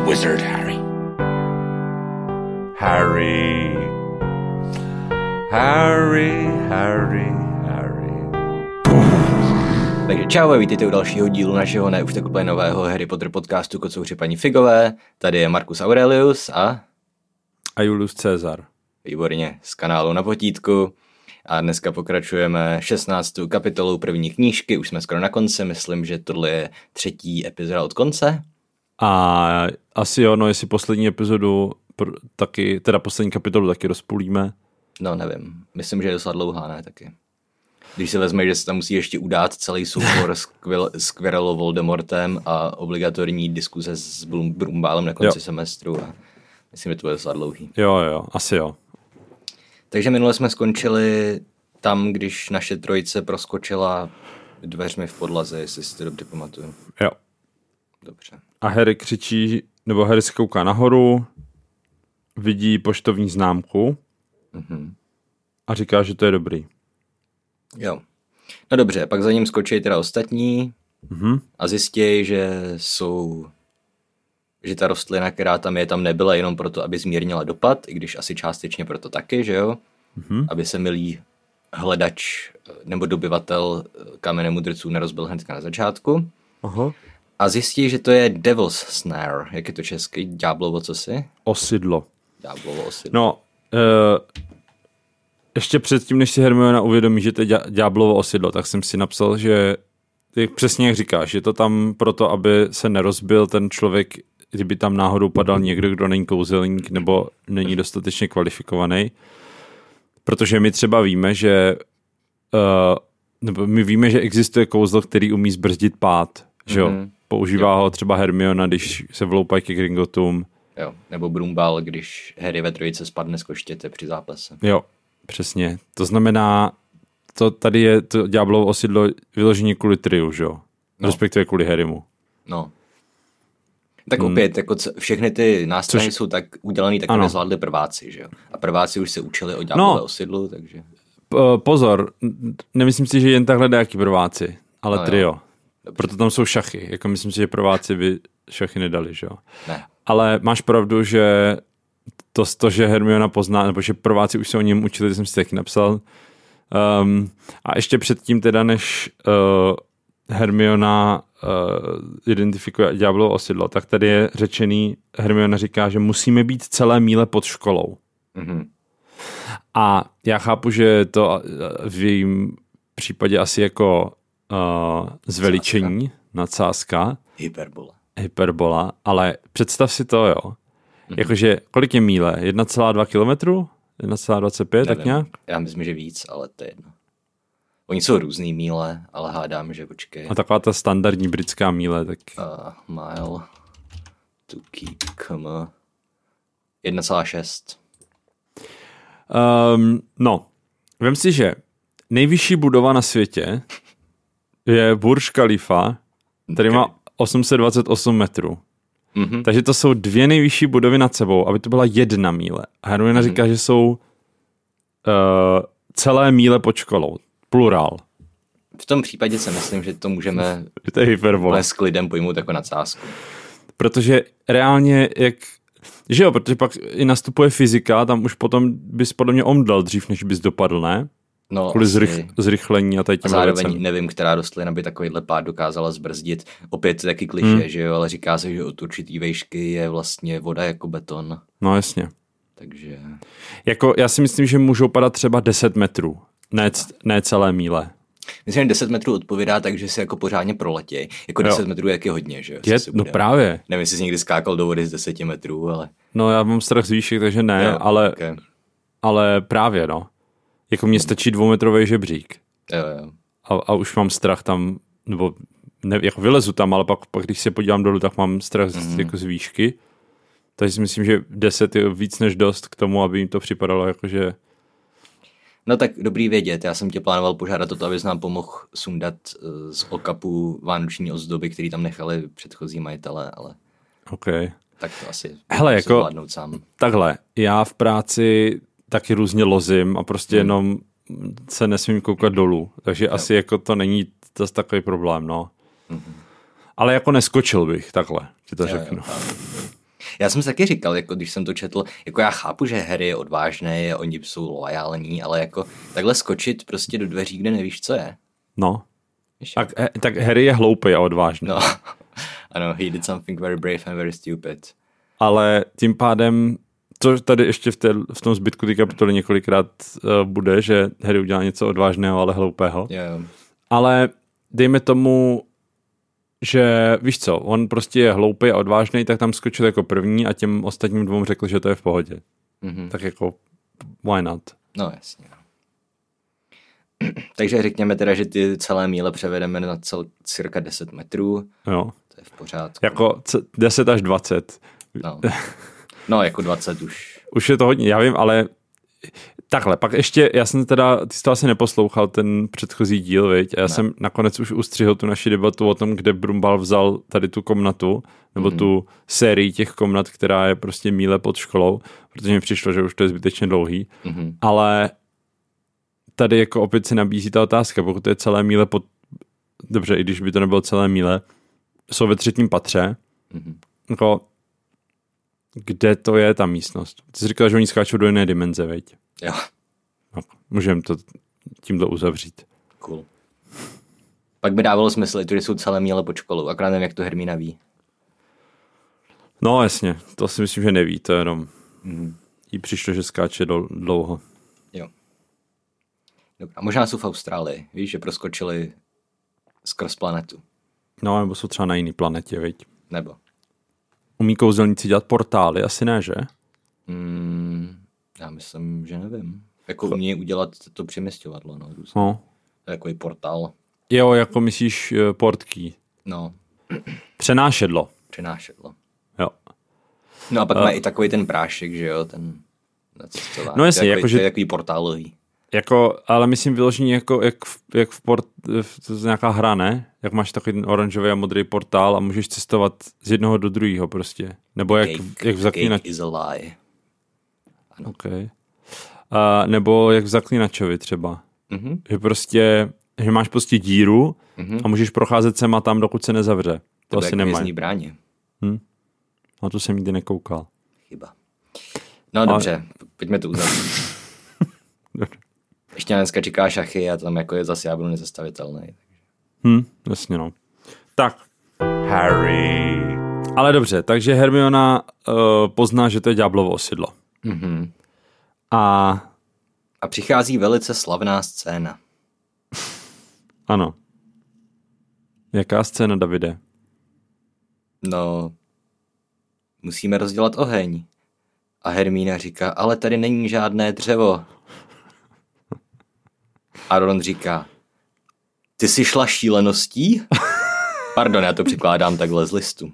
wizard, Harry. Harry. Harry, Harry, Harry. Takže čau a vítejte u dalšího dílu našeho ne už tak úplně nového Harry Potter podcastu Kocouři paní Figové. Tady je Marcus Aurelius a Julius Caesar. Výborně, z kanálu Na potítku. A dneska pokračujeme 16. kapitolou první knížky. Už jsme skoro na konci, myslím, že tohle je 3. epizoda od konce. A asi jo, no jestli poslední epizodu taky, teda poslední kapitolu taky rozpůlíme. No nevím, myslím, že je docela dlouhá, ne taky. Když si vezme, že se tam musí ještě udát celý soubor s Quirrellou Voldemortem a obligatorní diskuze s Brumbálem na konci semestru. A myslím, že to bude docela dlouhý. Jo, asi jo. Takže minule jsme skončili tam, když naše trojice proskočila dveřmi v podlaze, jestli si to dobře pamatuju. Jo. Dobře. A Harry křičí, nebo Harry se kouká nahoru, vidí poštovní známku a říká, že to je dobrý. Jo. No dobře, pak za ním skočí teda ostatní a zjistí, že ta rostlina, která tam je, tam nebyla jenom proto, aby zmírnila dopad, i když asi částečně proto taky, že jo? Aby se milý hledač nebo dobyvatel kamene mudrců nerozbil hnedka na začátku. Aha. A zjistí, že to je Devil's Snare. Jak je to česky? Ďáblovo cosi? Osidlo. Ďáblovo osidlo. No, ještě předtím, než si Hermiona uvědomí, že to je ďáblovo osidlo, tak jsem si napsal, že přesně jak říkáš, je to tam proto, aby se nerozbil ten člověk, kdyby tam náhodou padal někdo, kdo není kouzelník nebo není dostatečně kvalifikovaný. Protože my třeba víme, že nebo my víme, že existuje kouzlo, který umí zbrzdit pád, že jo? Používá ho třeba Hermiona, když se vloupají ke Gringotům. Jo, nebo Brumbál, když Harry ve trojice spadne z koštěte při zápase. Jo, přesně. To znamená, tady je to ďáblovo osidlo vyloženě kvůli triu, že jo? No. Respektive kvůli Harrymu. No. Tak opět, jako všechny ty nástroje jsou tak udělaný, tak aby zvládli prváci, že jo? A prváci už se učili o ďáblové osidlu, takže... Pozor, nemyslím si, že jen takhle nějaký prváci, ale trio. Jo. Proto tam jsou šachy. Jako myslím si, že prváci by šachy nedali, že jo? Ne. Ale máš pravdu, že to, že Hermiona pozná, nebo že prváci už se o něm učili, jsem si taky napsal. A ještě předtím teda, než Hermiona identifikuje ďáblovo osidlo, tak tady je řečený, Hermiona říká, že musíme být celé míle pod školou. A já chápu, že to v jejím případě asi jako zveličení, nadsázka. Hyperbola, ale představ si to, jo. Jakože, kolik je míle? 1,2 kilometru? 1,25, tak nějak? Já myslím, že víc, ale to je jedno. Oni jsou různý míle, ale hádám, že počkej. A taková ta standardní britská míle, tak... Mile to keep, 1,6. No, vem si, že nejvyšší budova na světě je Burj Khalifa, který má 828 metrů. Takže to jsou 2 nejvyšší budovy nad sebou, aby to byla 1 míle. A Hermiona říká, že jsou celé míle pod školou. Plurál. V tom případě si myslím, že to můžeme to je hyperbola. S klidem pojmout jako nadsázku. Protože reálně, že jo, protože pak i nastupuje fyzika, tam už potom bys podle mě omdlel dřív, než bys dopadl, ne? No, kvůli zrychlení a tady těm zároveň věcem. Nevím, která rostlina by takovýhle pád dokázala zbrzdit. Opět taky klišé, že jo, ale říká se, že od určitý vejšky je vlastně voda jako beton. No jasně. Takže... Jako já si myslím, že můžou padat třeba 10 metrů, ne celé míle. Myslím, že 10 metrů odpovídá, takže si jako pořádně proletěj. Jako 10 metrů jak je hodně, že jo? No právě. Nevím, jestli jsi někdy skákal do vody z 10 metrů, ale... No já mám strach z výšek, takže ne, jo, ale právě, no. Jako mně stačí 2metrový žebřík. Jo. A už mám strach tam, nebo ne, jako vylezu tam, ale pak když se podívám dolů, tak mám strach jako z výšky. Takže si myslím, že 10 je víc než dost k tomu, aby jim to připadalo jakože... No tak dobrý vědět, já jsem tě plánoval požádat o to, abys nám pomohl sundat z okapu vánoční ozdoby, který tam nechali předchozí majitele, ale... Okay. Tak to asi jako zvládnout sám. Takhle, já v práci taky různě lozím a prostě jenom se nesmím koukat dolů, takže asi jako to není zase takový problém, no. Ale jako neskočil bych, takhle, ti to řeknu. Já jsem si taky říkal, jako když jsem to četl, jako já chápu, že Harry je odvážný, oni jsou loajální, ale jako takhle skočit prostě do dveří, kde nevíš, co je. No. Tak Harry je hloupý a odvážný. No, ano, he did something very brave and very stupid. Ale tím pádem, co tady ještě v tom zbytku té kapitoly několikrát bude, že Harry udělá něco odvážného, ale hloupého. Yeah. Ale dejme tomu, že víš co, on prostě je hloupý a odvážný, tak tam skočil jako první a těm ostatním dvou řekl, že to je v pohodě. Mm-hmm. Tak jako, why not? No jasně. Takže řekněme teda, že ty celé míle převedeme na cirka 10 metrů. Jo. To je v pořádku. Jako 10 až 20. No jako 20 už. Už je to hodně, já vím, ale takhle, pak ještě, já jsem teda, ty jsi to asi neposlouchal, ten předchozí díl, viď? A já jsem nakonec už ustřihl tu naši debatu o tom, kde Brumbál vzal tady tu komnatu, nebo tu sérii těch komnat, která je prostě míle pod školou, protože mi přišlo, že už to je zbytečně dlouhý, ale tady jako opět se nabízí ta otázka, pokud to je celé míle pod, dobře, i když by to nebylo celé míle, jsou ve 3. patře, jako kde to je ta místnost? Ty jsi říkal, že oni skáčou do jiné dimenze, veď? Jo. No, můžeme to tímto uzavřít. Cool. Pak by dávalo smysl, že jsou celé míle pod školou, akorát nevím, jak to Hermína ví. No jasně, to si myslím, že neví, to je jenom jí přišlo, že skáče dlouho. Jo. Dobrá, možná jsou v Austrálii, víš, že proskočili skrz planetu. No, nebo jsou třeba na jiný planetě, veď? Nebo. Umí kouzelníci dělat portály? Asi ne, že? Já myslím, že nevím. Jako umí udělat to přeměstňovadlo, no. No. To je takový portál. Jo, jako myslíš portkey. No. Přenášedlo. Jo. No a pak má i takový ten prášek, že jo, ten nacestování. No jasně, to je takový portálový. Jako, ale myslím vyložení jako, jak to je nějaká hra, ne? Jak máš takový ten oranžový a modrý portál a můžeš cestovat z jednoho do druhého prostě. Nebo jak v Zaklínačovi. Is a lie. Ano. Okay. Nebo jak v Zaklínačovi třeba. Že prostě, že máš prostě díru a můžeš procházet sem a tam, dokud se nezavře. To asi nemají. Vězní bráně. A to jsem nikdy nekoukal. Chyba. No dobře, pojďme to uzavřít. Ještě dneska čeká šachy a tam jako je zase já budu nezastavitelný. Jasně no. Tak. Harry. Ale dobře, takže Hermiona pozná, že to je ďáblovo osidlo. A přichází velice slavná scéna. Ano. Jaká scéna, Davide? No, musíme rozdělat oheň. A Hermína říká, ale tady není žádné dřevo. A Ron říká, ty jsi šla šíleností? Pardon, já to překládám takhle z listu.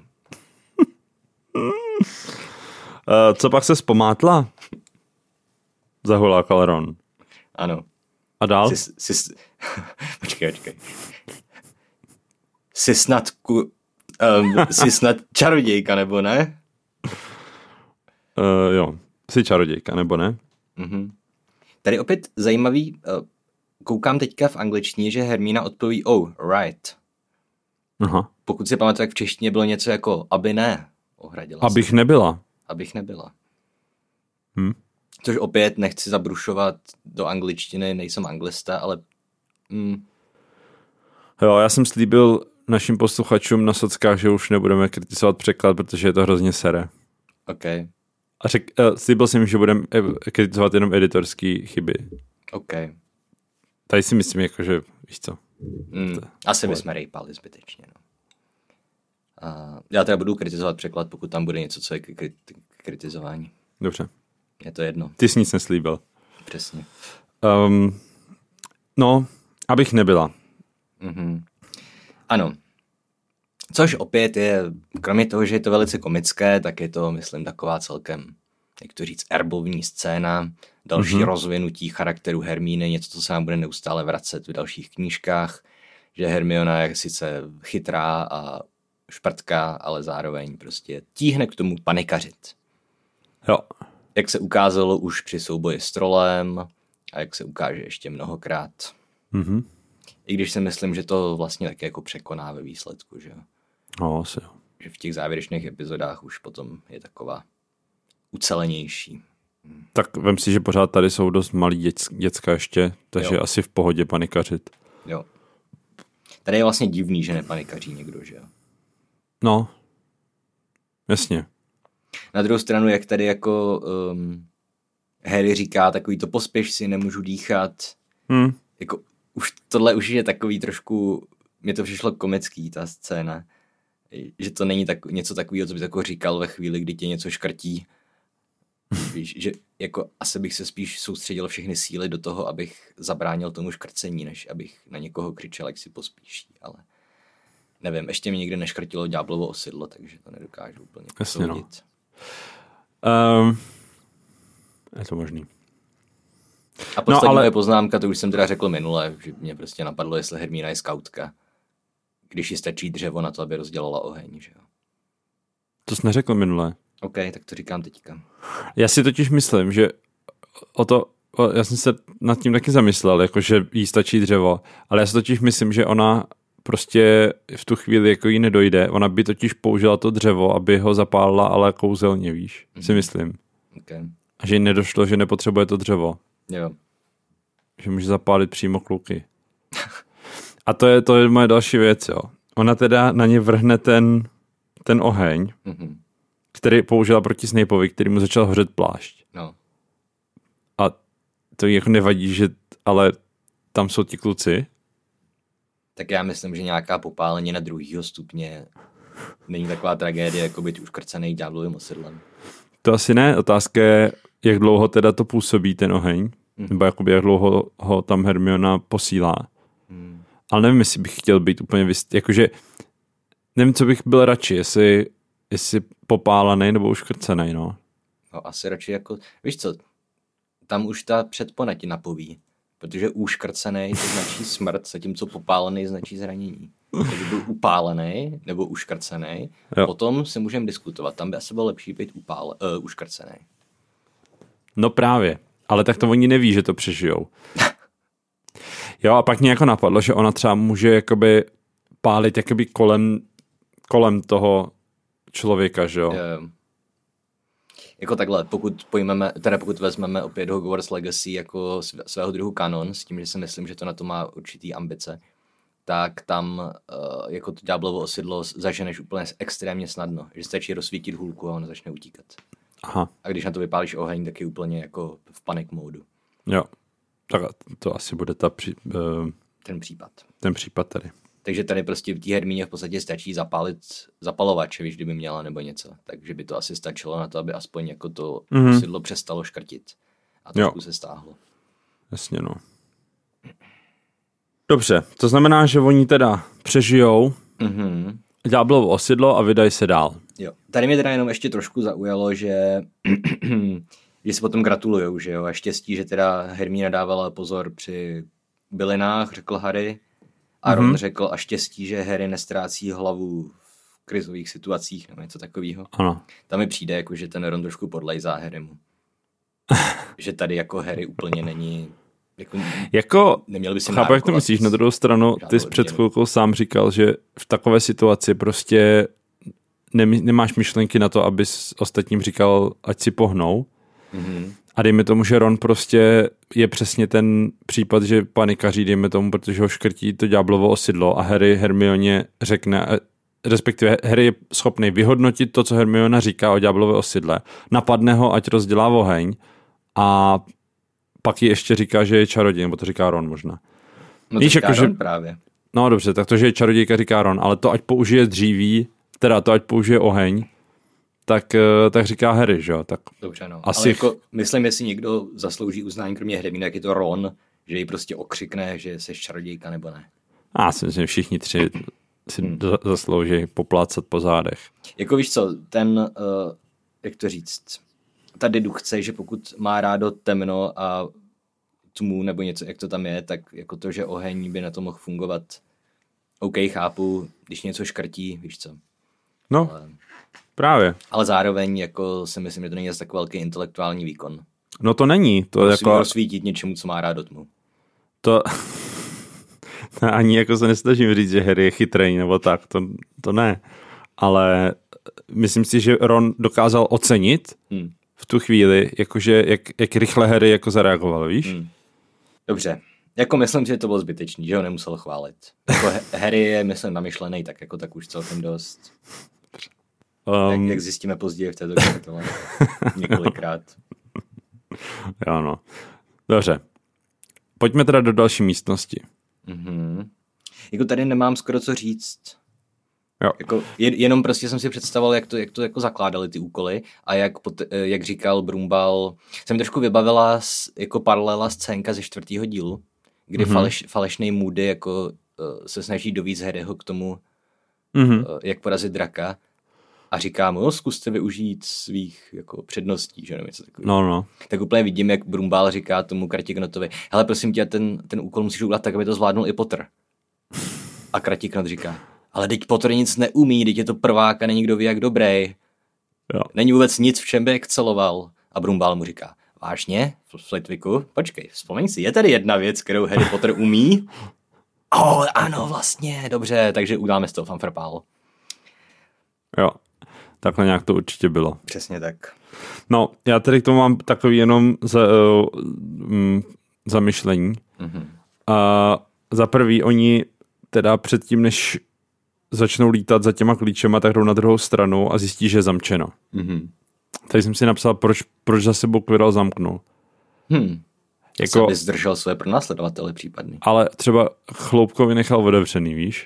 Co pak se zpomátla? Zahulákal Ron. Ano. A dál? Počkej. Jsi snad čarodějka, nebo ne? Jo, jsi čarodějka, nebo ne? Tady opět zajímavý, koukám teďka v angličtině, že Hermína odpoví oh, right. Aha. Pokud si pamatuju, jak v češtině bylo něco jako aby ne, ohradila se. Abych nebyla. Což opět nechci zabrušovat do angličtiny, nejsem anglista, ale... Jo, já jsem slíbil našim posluchačům na sockách, že už nebudeme kritizovat překlad, protože je to hrozně sere. OK. A slíbil jsem, že budeme kritizovat jenom editorský chyby. OK. Tady si myslím, jako, že víš co. Asi bychom rejpali zbytečně. No. Já teda budu kritizovat překlad, pokud tam bude něco, co je kritizování. Dobře. Je to jedno. Ty jsi nic neslíbil. Přesně. No, abych nebyla. Ano. Což opět je, kromě toho, že je to velice komické, tak je to, myslím, taková celkem, jak to říct, erbovní scéna, další rozvinutí charakteru Hermíny, něco, co se nám bude neustále vracet v dalších knížkách, že Hermiona je sice chytrá a šprtká, ale zároveň prostě tíhne k tomu panikařit. Jo. Jak se ukázalo už při souboji s trolem a jak se ukáže ještě mnohokrát. I když si myslím, že to vlastně taky jako překoná ve výsledku, že jo. No, asi jo. že v těch závěrečných epizodách už potom je taková ucelenější. Tak vem si, že pořád tady jsou dost malí děcka ještě, takže asi v pohodě panikařit. Jo. Tady je vlastně divný, že nepanikaří někdo, že jo? No, jasně. Na druhou stranu, jak tady jako Harry říká, takový to pospěš si, nemůžu dýchat. Jako, tohle už je takový trošku, mně to přišlo komický, ta scéna. Že to není něco takového, co bys jako říkal ve chvíli, kdy tě něco škrtí. Víš, že jako asi bych se spíš soustředil všechny síly do toho, abych zabránil tomu škrcení, než abych na někoho křičel, jak si pospíší, ale nevím, ještě mi nikdy neškrtilo ďáblovo osidlo, takže to nedokážu úplně posoudit. Je to možný. A poslední moje poznámka, to už jsem teda řekl minule, že mě prostě napadlo, jestli Hermína je skautka, když ji stačí dřevo na to, aby rozdělala oheň, že jo. To jsi neřekl minule. OK, tak to říkám teďka. Já si totiž myslím, že já jsem se nad tím taky zamyslel, jako že jí stačí dřevo, ale já si totiž myslím, že ona prostě v tu chvíli jako jí nedojde, ona by totiž použila to dřevo, aby ho zapálila, ale kouzelně, víš, si myslím. Okay. A že jí nedošlo, že nepotřebuje to dřevo. Jo. Že může zapálit přímo kluky. A to je moje další věc, jo. Ona teda na ně vrhne ten oheň, který použila proti Snapeovi, který mu začal hořet plášť. No. A to jí jako nevadí, že ale tam jsou ti kluci. Tak já myslím, že nějaká popálení na 2. stupně není taková tragédie, jako být uškrcený ďáblovým osidlem. To asi ne. Otázka je, jak dlouho teda to působí ten oheň. Nebo jakoby jak dlouho ho tam Hermiona posílá. Ale nevím, jestli bych chtěl být úplně jakože nevím, co bych byl radši, jestli popálený nebo uškrcený, no. No asi radši jako, víš co, tam už ta předpona ti napoví, protože uškrcený to značí smrt, zatímco popálený značí zranění. Kdyby byl upálený nebo uškrcený, potom si můžeme diskutovat, tam by asi bylo lepší být uškrcený. No právě, ale tak to oni neví, že to přežijou. Jo, a pak mě jako napadlo, že ona třeba může jakoby pálit jakoby kolem toho člověka, že jo? Jako takhle, pokud vezmeme opět Hogwarts Legacy jako svého druhu kanon, s tím, že si myslím, že to na to má určitý ambice, tak tam jako to ďáblovo osidlo zaženeš úplně extrémně snadno, že stačí rozsvítit hůlku a ono začne utíkat. Aha. A když na to vypálíš oheň, tak je úplně jako v panic módu. Jo, tak to asi bude ten případ tady. Takže tady prostě v té Hermíně v podstatě stačí zapalovače, víš, kdyby měla nebo něco. Takže by to asi stačilo na to, aby aspoň jako to osidlo přestalo škrtit. A trošku se stáhlo. Jasně, no. Dobře, to znamená, že oni teda přežijou ďáblovo osidlo a vydají se dál. Jo. Tady mě teda jenom ještě trošku zaujalo, že si potom gratulujou, že jo. A štěstí, že teda Hermína dávala pozor při bylinách, řekl Harry. A Ron řekl a štěstí, že Harry nestrácí hlavu v krizových situacích nebo něco takového. Ano. Tam mi přijde, jako, že ten Ron trošku podlejzá Harrymu. Že tady jako Harry úplně není... Jako neměl by si chápu, jak to myslíš. Na druhou stranu, ty jsi před chvilkou sám říkal, že v takové situaci prostě nemáš myšlenky na to, abys ostatním říkal, ať si pohnou. A dejme tomu, že Ron prostě je přesně ten případ, že panikaří, dejme tomu, protože ho škrtí to ďáblovo osidlo a Harry Hermioně řekne, respektive Harry je schopný vyhodnotit to, co Hermiona říká o ďáblové osidle, napadne ho, ať rozdělá oheň a pak ji ještě říká, že je čaroděj, nebo to říká Ron možná. No to říká Ron právě. No dobře, tak to, že je čarodějka, říká Ron, ale to, ať použije dříví, teda to, ať použije oheň, tak říká Harry, že jo? Tak dobře, no. Asi... Ale jako, myslím, jestli někdo zaslouží uznání kromě Hermíny, jak je to Ron, že ji prostě okřikne, že jsi čarodějka, nebo ne. Já si myslím, všichni tři si zaslouží poplácat po zádech. Jako víš co, jak to říct, ta dedukce, že pokud má rádo temno a tmu nebo něco, jak to tam je, tak jako to, že oheň by na to mohl fungovat. OK, chápu, když něco škrtí, víš co. No, právě. Ale zároveň jako si myslím, že to není zase tak velký intelektuální výkon. No to není. To jako rozsvítit něčemu, co má rádo tmu. To ani jako se nesnažím říct, že Harry je chytrej nebo tak, to ne. ale myslím si, že Ron dokázal ocenit v tu chvíli, jakože jak rychle Harry jako zareagoval, víš? Dobře. Jako myslím, že to bylo zbytečný, že ho nemusel chválit. Jako Harry je, myslím, namyšlený, tak už celkem dost. Jak zjistíme později v této kapitole. Několikrát. Jo, no. Dobře. Pojďme teda do další místnosti. Jako tady nemám skoro co říct. Jo. Jako, jenom prostě jsem si představoval, jak to jako zakládali ty úkoly a jak říkal Brumbal, jsem trošku vybavila jako paralela scénka ze 4. dílu, kdy falešnej Moody jako se snaží dovíct Harryho k tomu, jak porazit draka a říká mu, zkuste využít svých jako předností, že nevím, co takového. No. Tak úplně vidím, jak Brumbal říká tomu Kratiknotovi, hele, prosím tě, ten úkol musíš udělat tak, aby to zvládnul i Potter. A Kratiknot říká, ale teď Potter nic neumí, teď je to prvák a není kdo ví jak dobrý. Jo. Není vůbec nic, v čem by exceloval. A Brumbal mu říká, vážně, Flitwicku, počkej, vzpomeň si, je tady jedna věc, kterou Harry Potter umí? Ano, vlastně, dobře, takže uděláme z toho fanfarpál. Jo, takhle nějak to určitě bylo. Přesně tak. No, já tady k tomu mám takový jenom zamyšlení. Za prvý, oni teda předtím, než začnou lítat za těma klíčema, tak jdou na druhou stranu a zjistí, že je zamčeno. Tady jsem si napsal, proč za sebou Quirrell zamknul. Jako, by zdržel své pronásledovatele případně. Ale třeba Chloupkovi nechal otevřený, víš?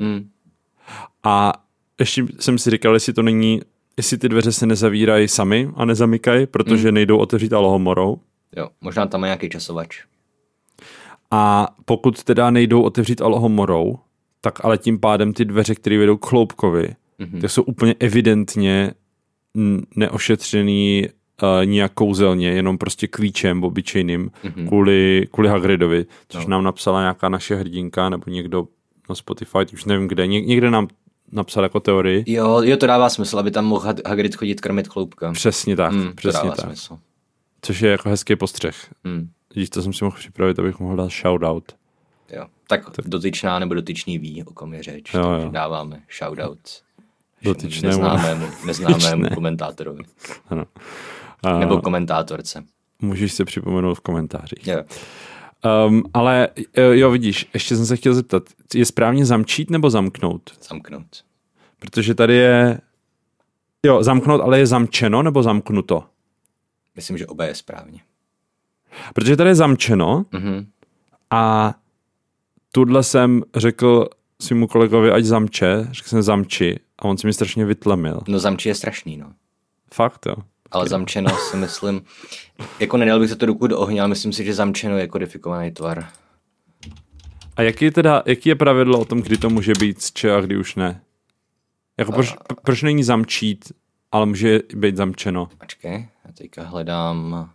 A ještě jsem si říkal, jestli ty dveře se nezavírají sami a nezamykají, protože nejdou otevřít Alohomorou. Jo, možná tam je nějaký časovač. A pokud teda nejdou otevřít Alohomorou, tak ale tím pádem ty dveře, které vedou k Chloupkovi, tak jsou úplně evidentně neošetřený nijak kouzelně, jenom prostě klíčem obyčejným kvůli Hagridovi, což nám napsala nějaká naše hrdinka nebo někdo na Spotify, už nevím kde, někde nám napsal jako teorii. Jo, to dává smysl, aby tam mohl Hagrid chodit krmit Chloupka. Přesně tak, přesně to dává tak. Smysl. Což je jako hezký postřeh. Vidíš, to jsem si mohl připravit, abych mohl dát shoutout. Jo, tak dotyčná nebo dotyčný ví, o kom je řeč, takže dáváme shoutout neznámému komentátorovi. Ano. Nebo komentátorce. Můžeš se připomenout v komentářích. Jo. Ale jo, vidíš, ještě jsem se chtěl zeptat, je správně zamčít nebo zamknout? Zamknout. Protože tady je zamknout, ale je zamčeno nebo zamknuto? Myslím, že oba je správně. Protože tady je zamčeno a tudle jsem řekl svému kolegovi, ať zamče, řekl jsem zamči a on si mi strašně vytlemil. No zamči je strašný, no. Fakt, jo. Ale zamčeno si myslím, jako nedal bych se to ruku do ohně, ale myslím si, že zamčeno je kodifikovaný tvar. A jaký je pravidlo o tom, kdy to může být z če a kdy už ne? Jako proč není zamčít, ale může být zamčeno? Počkej, já teďka hledám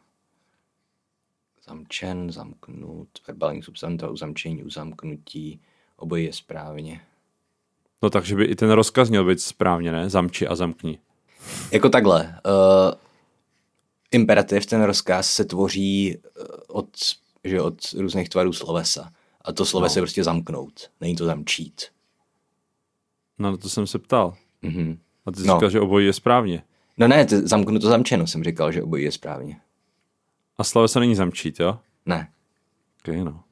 zamčen, zamknut, verbální substantiva, uzamčení, uzamknutí, obojí je správně. No takže by i ten rozkaz měl být správně, ne? Zamči a zamkni. Jako takhle. Imperativ, ten rozkaz se tvoří od různých tvarů slovesa. A to sloveso je prostě zamknout. Není to zamčít. No to jsem se ptal. A ty jsi říkal, že obojí je správně. No ne, zamknuto zamčeno jsem říkal, že obojí je správně. A sloveso není zamčít, jo? Ne. Okay, no.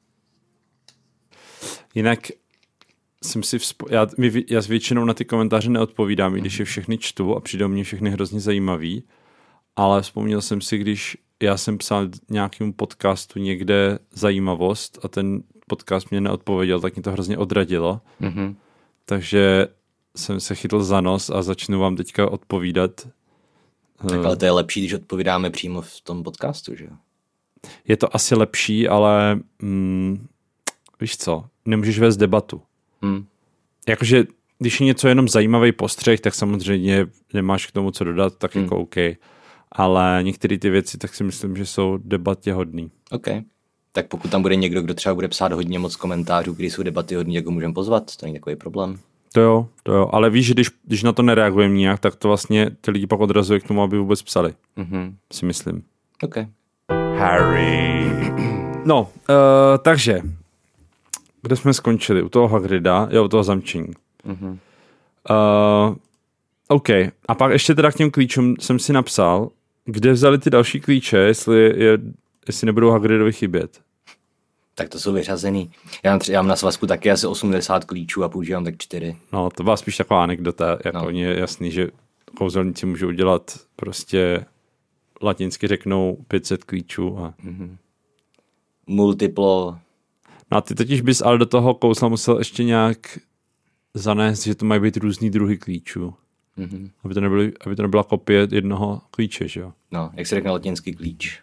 Jinak jsem si já většinou na ty komentáře neodpovídám, i když je všechny čtu a přijdou mě všechny hrozně zajímavý, ale vzpomněl jsem si, když já jsem psal nějakému podcastu někde zajímavost a ten podcast mě neodpověděl, tak mě to hrozně odradilo. Takže jsem se chytl za nos a začnu vám teďka odpovídat. Tak ale to je lepší, když odpovídáme přímo v tom podcastu, že jo? Je to asi lepší, ale víš co, nemůžeš vést debatu. Jakože, když je něco jenom zajímavý postřeh, tak samozřejmě nemáš k tomu co dodat, tak jako OK. Ale některé ty věci, tak si myslím, že jsou debatě hodný. OK. Tak pokud tam bude někdo, kdo třeba bude psát hodně moc komentářů, když jsou debaty hodný, jak ho můžeme pozvat, to není takový problém. To jo. Ale víš, že když na to nereagujeme nijak, tak to vlastně ty lidi pak odrazuje k tomu, aby vůbec psali. Si myslím. OK. Harry. No, takže kde jsme skončili? U toho Hagrida, u toho zamčení. OK. A pak ještě teda k těm klíčům jsem si napsal, kde vzali ty další klíče, jestli nebudou Hagridovi chybět. Tak to jsou vyřazený. Já mám na svazku taky asi 80 klíčů a používám tak 4. No, to byla spíš taková anekdota. Jako oni je jasný, že kouzelníci můžou dělat prostě latinsky řeknou 500 klíčů. A... Multiplo. No a ty totiž bys ale do toho kouzla musel ještě nějak zanést, že to mají být různý druhy klíčů. Aby to nebyla kopie jednoho klíče, že jo? No, jak se řekne latinský klíč?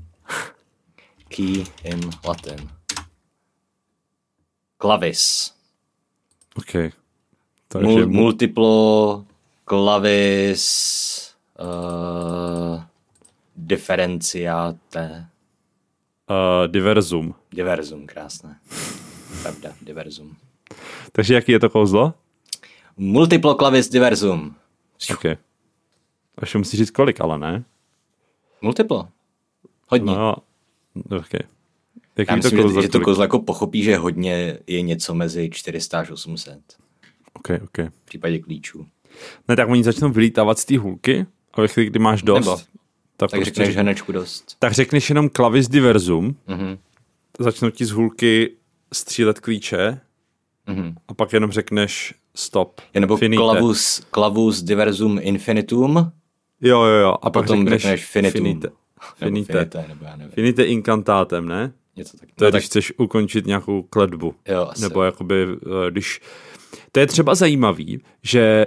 Key in Latin. Clavis. OK. Multiplo, clavis, differentiate. Diverzum. Diverzum, krásné. Pravda, diverzum. Takže jaký je to kouzlo? Multiplo clavis diversum. OK. Až musíš říct kolik, ale ne? Multiplo. Hodně. No, OK. Já myslím, že to kouzlo jako pochopí, že hodně je něco mezi 400 až 800. OK. V případě klíčů. Ne, tak oni začnou vylítávat z té hůlky a ve chvíli, kdy máš dost, Nebo, tak prostě řekneš hnečku dost. Tak řekneš jenom clavis diversum, začnou ti z hůlky střílet klíče a pak jenom řekneš stop. Nebo clavus diversum infinitum. Jo. A pak potom řekneš finitum. Finite incantátem, ne? Něco tak. To je, když chceš ukončit nějakou kletbu. Jo, asi. Nebo jakoby, když... To je třeba zajímavý, že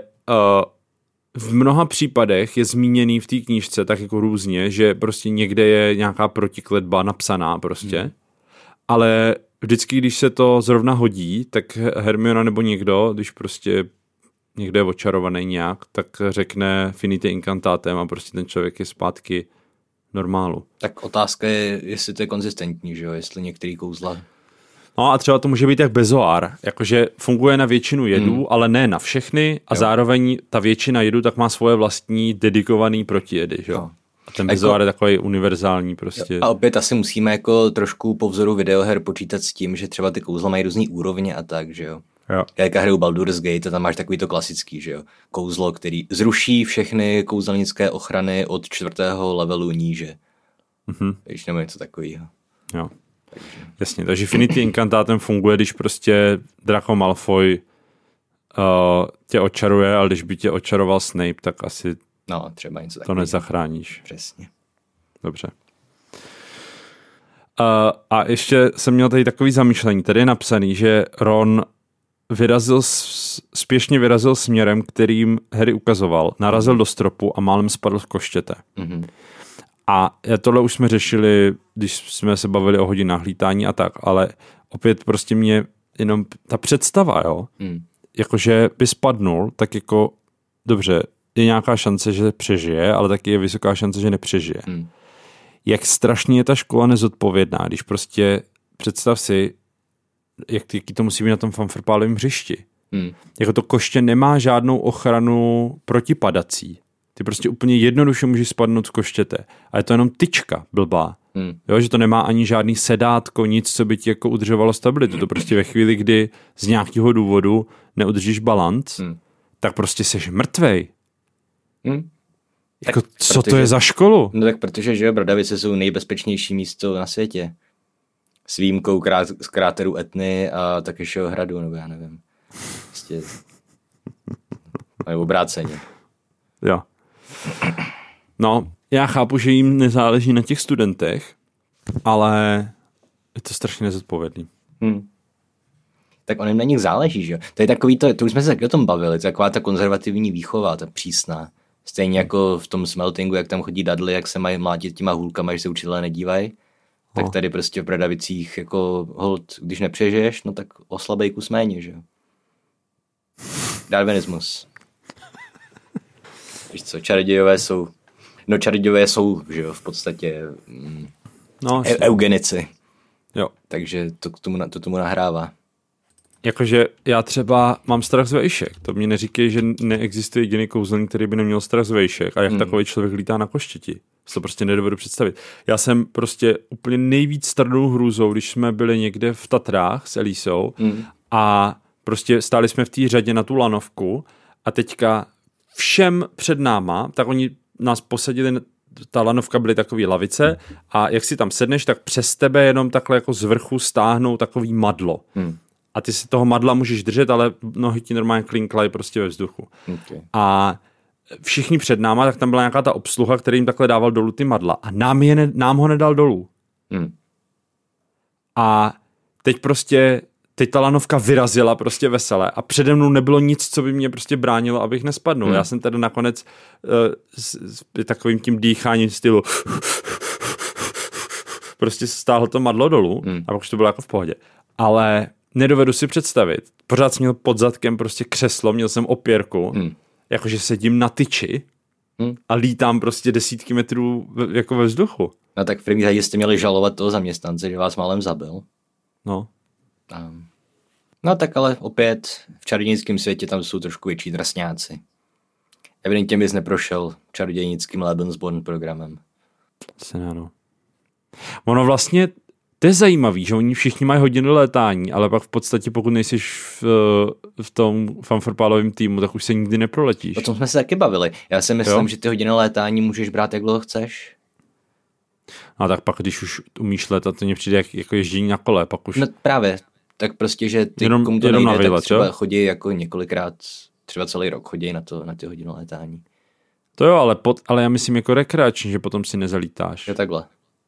v mnoha případech je zmíněný v té knížce tak jako různě, že prostě někde je nějaká protikletba napsaná prostě, ale vždycky, když se to zrovna hodí, tak Hermiona nebo někdo, když prostě někde je očarovaný nějak, tak řekne finite incantátem a prostě ten člověk je zpátky normálu. Tak otázka je, jestli to je konzistentní, že jo, jestli některý kouzla... No a třeba to může být jak bezoar, jakože funguje na většinu jedů, ale ne na všechny a zároveň ta většina jedů tak má svoje vlastní dedikovaný protijedy, že jo. No. A ten bezoar je takový univerzální prostě. A opět asi musíme jako trošku po vzoru videoher počítat s tím, že třeba ty kouzla mají různý úrovně a tak, že jo. Jak hraju Baldur's Gate, tam máš takový to klasický, že jo. Kouzlo, který zruší všechny kouzelnické ochrany od 4. levelu níže. Víš, nebo něco takového. Jo. Jasně, takže Finity Incantátem funguje, když prostě Draco Malfoy tě očaruje, ale když by tě očaroval Snape, tak asi třeba něco to nezachráníš. Přesně. Dobře. A ještě jsem měl tady takový zamýšlení. Tady je napsaný, že Ron spěšně vyrazil směrem, kterým Harry ukazoval, narazil do stropu a málem spadl z koštěte. A tohle už jsme řešili, když jsme se bavili o hodinách lítání a tak, ale opět prostě mě jenom ta představa, jo, jakože by spadnul, tak jako dobře, je nějaká šance, že přežije, ale taky je vysoká šance, že nepřežije. Jak strašně je ta škola nezodpovědná, když prostě představ si, jaký to musí být na tom fanfrpálovém hřišti. Jako to koště nemá žádnou ochranu protipadací. Ty prostě úplně jednoduše můžeš spadnout z koštěte. A je to jenom tyčka blbá. Jo, že to nemá ani žádný sedátko, nic, co by ti jako udržovalo stabilitu. To prostě ve chvíli, kdy z nějakého důvodu neudržíš balanc, tak prostě seš mrtvej. Jako, co to je za školu? No tak protože, že jo, Bradavice jsou nejbezpečnější místo na světě. S výjimkou z kráteru Etny a Takešího hradu, nebo já nevím. Prostě... obráceně. Jo. No, já chápu, že jim nezáleží na těch studentech, ale je to strašně nezodpovědný. Tak on jim na nich záleží, že jo? To je takový, to už jsme se taky o tom bavili, to je taková ta konzervativní výchova, ta přísná. Stejně jako v tom Smeltingu, jak tam chodí Dudley, jak se mají mlátit těma hůlkama, že se učitelé nedívají. Tak tady prostě v Bradavicích jako hold, když nepřežiješ, no tak oslabej kus méně, že jo? Darwinismus. Víš co, čarodějové jsou, že jo, v podstatě eugenici. Jo. Takže to tomu nahrává. Jakože já třeba mám strach z vejšek. To mě neříkej, že neexistuje jediný kouzelník, který by neměl strach z vejšek. A jak takový člověk lítá na koštěti. To prostě nedovedu představit. Já jsem prostě úplně nejvíc strnul hrůzou, když jsme byli někde v Tatrách s Elísou a prostě stáli jsme v té řadě na tu lanovku a teďka všem před náma, tak oni nás posadili, ta lanovka byly takový lavice a jak si tam sedneš, tak přes tebe jenom takhle jako z vrchu stáhnou takový madlo. A ty si toho madla můžeš držet, ale nohy ti normálně klinklají prostě ve vzduchu. Okay. A všichni před náma, tak tam byla nějaká ta obsluha, který jim takhle dával dolů ty madla a nám ho nedal dolů. A teď ta lanovka vyrazila prostě vesele a přede mnou nebylo nic, co by mě prostě bránilo, abych nespadnul. Já jsem teda nakonec s takovým tím dýcháním stylu prostě stáhl to madlo dolů a pak už to bylo jako v pohodě. Ale nedovedu si představit. Pořád jsem měl pod zadkem prostě křeslo, měl jsem opěrku, jakože sedím na tyči a lítám prostě desítky metrů jako ve vzduchu. No tak v první řadě jste měli žalovat toho zaměstnance, že vás málem zabil. No. No tak ale opět v čarodějnickém světě tam jsou trošku větší drsňáci. Evidentně bys neprošel čarodějnickým Lebensborn programem. No. Ono vlastně, to je zajímavý, že oni všichni mají hodiny létání, ale pak v podstatě pokud nejsiš v tom fanfrpálovém týmu, tak už se nikdy neproletíš. O tom jsme se taky bavili. Já si myslím, že ty hodiny létání můžeš brát, jak dlouho chceš. A tak pak, když už umíš letat, to mně přijde jako ježdění na kole, pak už... No právě, tak prostě, že ty komu to nejde, tak třeba chodí jako několikrát, třeba celý rok chodí na ty hodiny létání. To jo, ale já myslím jako rekreační, že potom si nezalítáš. Je takhle.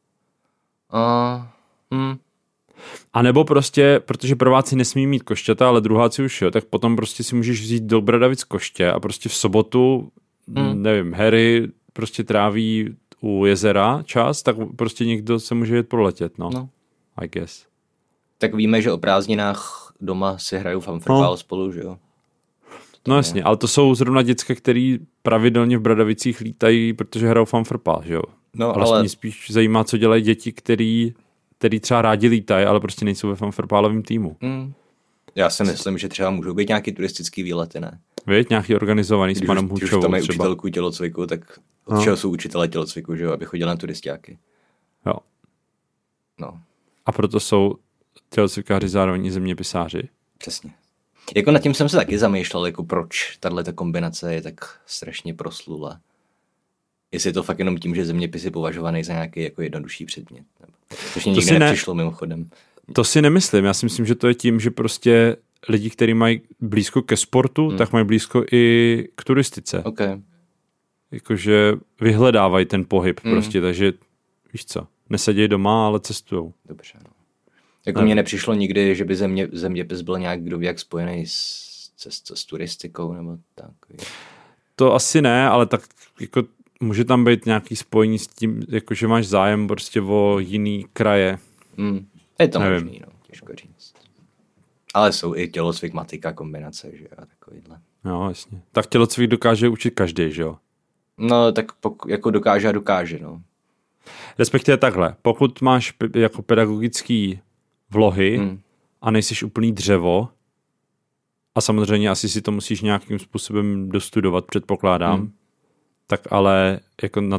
A nebo prostě, protože prváci nesmí mít košťata, ale druháci už jo, tak potom prostě si můžeš vzít do Bradavic koště a prostě v sobotu, nevím, Harry prostě tráví u jezera čas, tak prostě někdo se může jet proletět, no. I guess. Tak víme, že o prázdninách doma si hrajou fanfrpál spolu, že jo? No jasně, ale to jsou zrovna děcka, který pravidelně v Bradavicích lítají, protože hrajou fanfrpál, že jo? No, ale mě spíš zajímá, co dělají děti, který třeba rádi lítají, ale prostě nejsou ve fanfrpálovém týmu. Já si myslím, že třeba můžou být nějaký turistický výlety, ne? Víš, nějaký organizovaný s panem Hůčovou. Když tam je učitelku tělocviku, tak od čeho jsou učitelé tělocviku, že jo? Aby chodili na turistiáky. Jo. No. A proto jsou tělocvikáři zároveň i zeměpisáři. Přesně. Jako nad tím jsem se taky zamýšlel, jako proč tato kombinace je tak strašně proslula. Jestli je to fakt jenom tím, že zeměpis je považovaný za nějaký jako jednodušší předmět. Což mě nikdy nepřišlo mimochodem. To si nemyslím. Já si myslím, že to je tím, že prostě lidi, kteří mají blízko ke sportu, tak mají blízko i k turistice. Okay. Jakože vyhledávají ten pohyb prostě, takže víš co, nesedějí doma, ale cestujou. Dobře, no. Jako mně nepřišlo nikdy, že by zeměpis byl nějak kdo ví jak spojený s turistikou nebo tak. To asi ne, ale tak jako může tam být nějaký spojení s tím, jako že máš zájem prostě o jiný kraje. Je to možný, no, těžko říct. Ale jsou i tělocvik, matika, kombinace, že jo, takovýhle. No, jasně. Tak tělocvik dokáže učit každý, že jo? No, tak jako dokáže, no. Respektive takhle, pokud máš jako pedagogický vlohy a nejsiš úplný dřevo a samozřejmě asi si to musíš nějakým způsobem dostudovat, předpokládám, tak ale jako na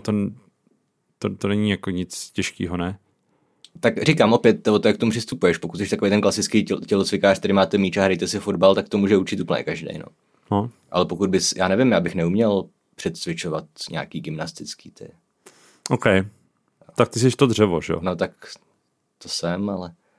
to není jako nic těžkého, ne? Tak říkám opět, to jak k tomu přistupuješ. Pokud jsi takový ten klasický tělocvikář, který máte míč a hrajte si fotbal, tak to může učit úplně každý, no. Ale pokud bys, já nevím, já bych neuměl předcvičovat nějaký gymnastický ty. OK. Tak ty jsi to dřevo, že jo? No tak to jsem,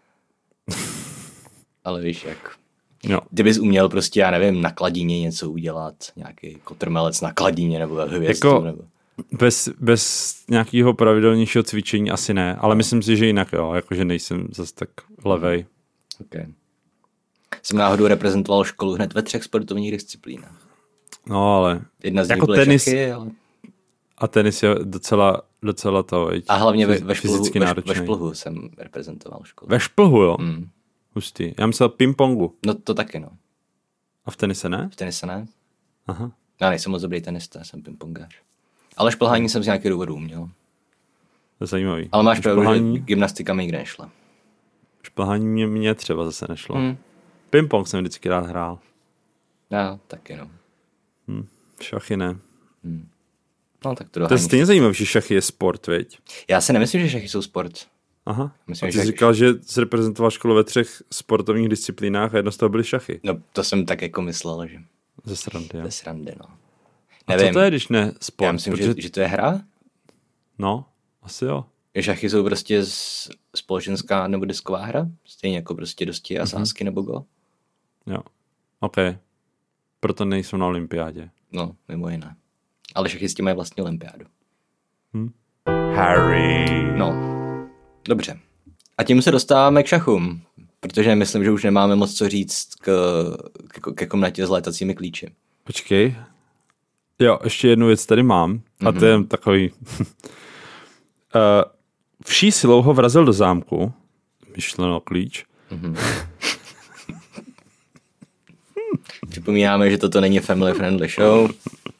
ale víš jak. No. Kdybys uměl prostě, já nevím, na kladině něco udělat, nějaký kotrmelec na kladině nebo hvězdu, jako nebo... Bez nějakého pravidelnějšího cvičení asi ne, ale myslím si, že jinak jo, jakože nejsem zase tak levej. Okay. Jsem náhodou reprezentoval školu hned ve 3 sportovních disciplínách. No ale... Jedna z nich jako byly tenis, šachy, ale... A tenis je docela to, veď. A hlavně ve šplhu jsem reprezentoval školu. Ve šplhu, jo? Hustý. Já myslel ping-pongu. No to taky, no. A v tenise ne? V tenise ne. Aha. Já nejsem moc dobrý tenista, jsem ping-pongář. Ale šplhání jsem z nějakých důvodů uměl. To je zajímavý. Ale máš pravdu, že gymnastika mi nikde nešla. Šplhání mě třeba zase nešlo. Ping-pong jsem vždycky rád hrál. Já taky, no. Šachy ne. No, tak to je stejně zajímavé, že šachy je sport, veď? Já si nemyslím, že šachy jsou sport. Aha. Myslím, a ty jsi říkal, že jsi reprezentoval školu ve 3 sportovních disciplínách a jedno z toho byly šachy. No, to jsem tak jako myslel, že... Ze srandy, jo. Ze srandy, no. Nevím. A co to je, když ne sport? Já myslím, že to je hra. No, asi jo. Šachy jsou prostě společenská nebo disková hra, stejně jako prostě dosti a sázky nebo go. Jo, OK. Proto nejsou na olympiádě. No, mimo jiné. Ale šachisti mají vlastně olympiádu. Harry. No, dobře. A tím se dostáváme k šachům, protože myslím, že už nemáme moc co říct ke komnatě s létacími klíči. Počkej. Jo, ještě jednu věc tady mám. A to je takový... Vší silou ho vrazil do zámku. Myšleno klíč. Připomínáme, že toto není family friendly show.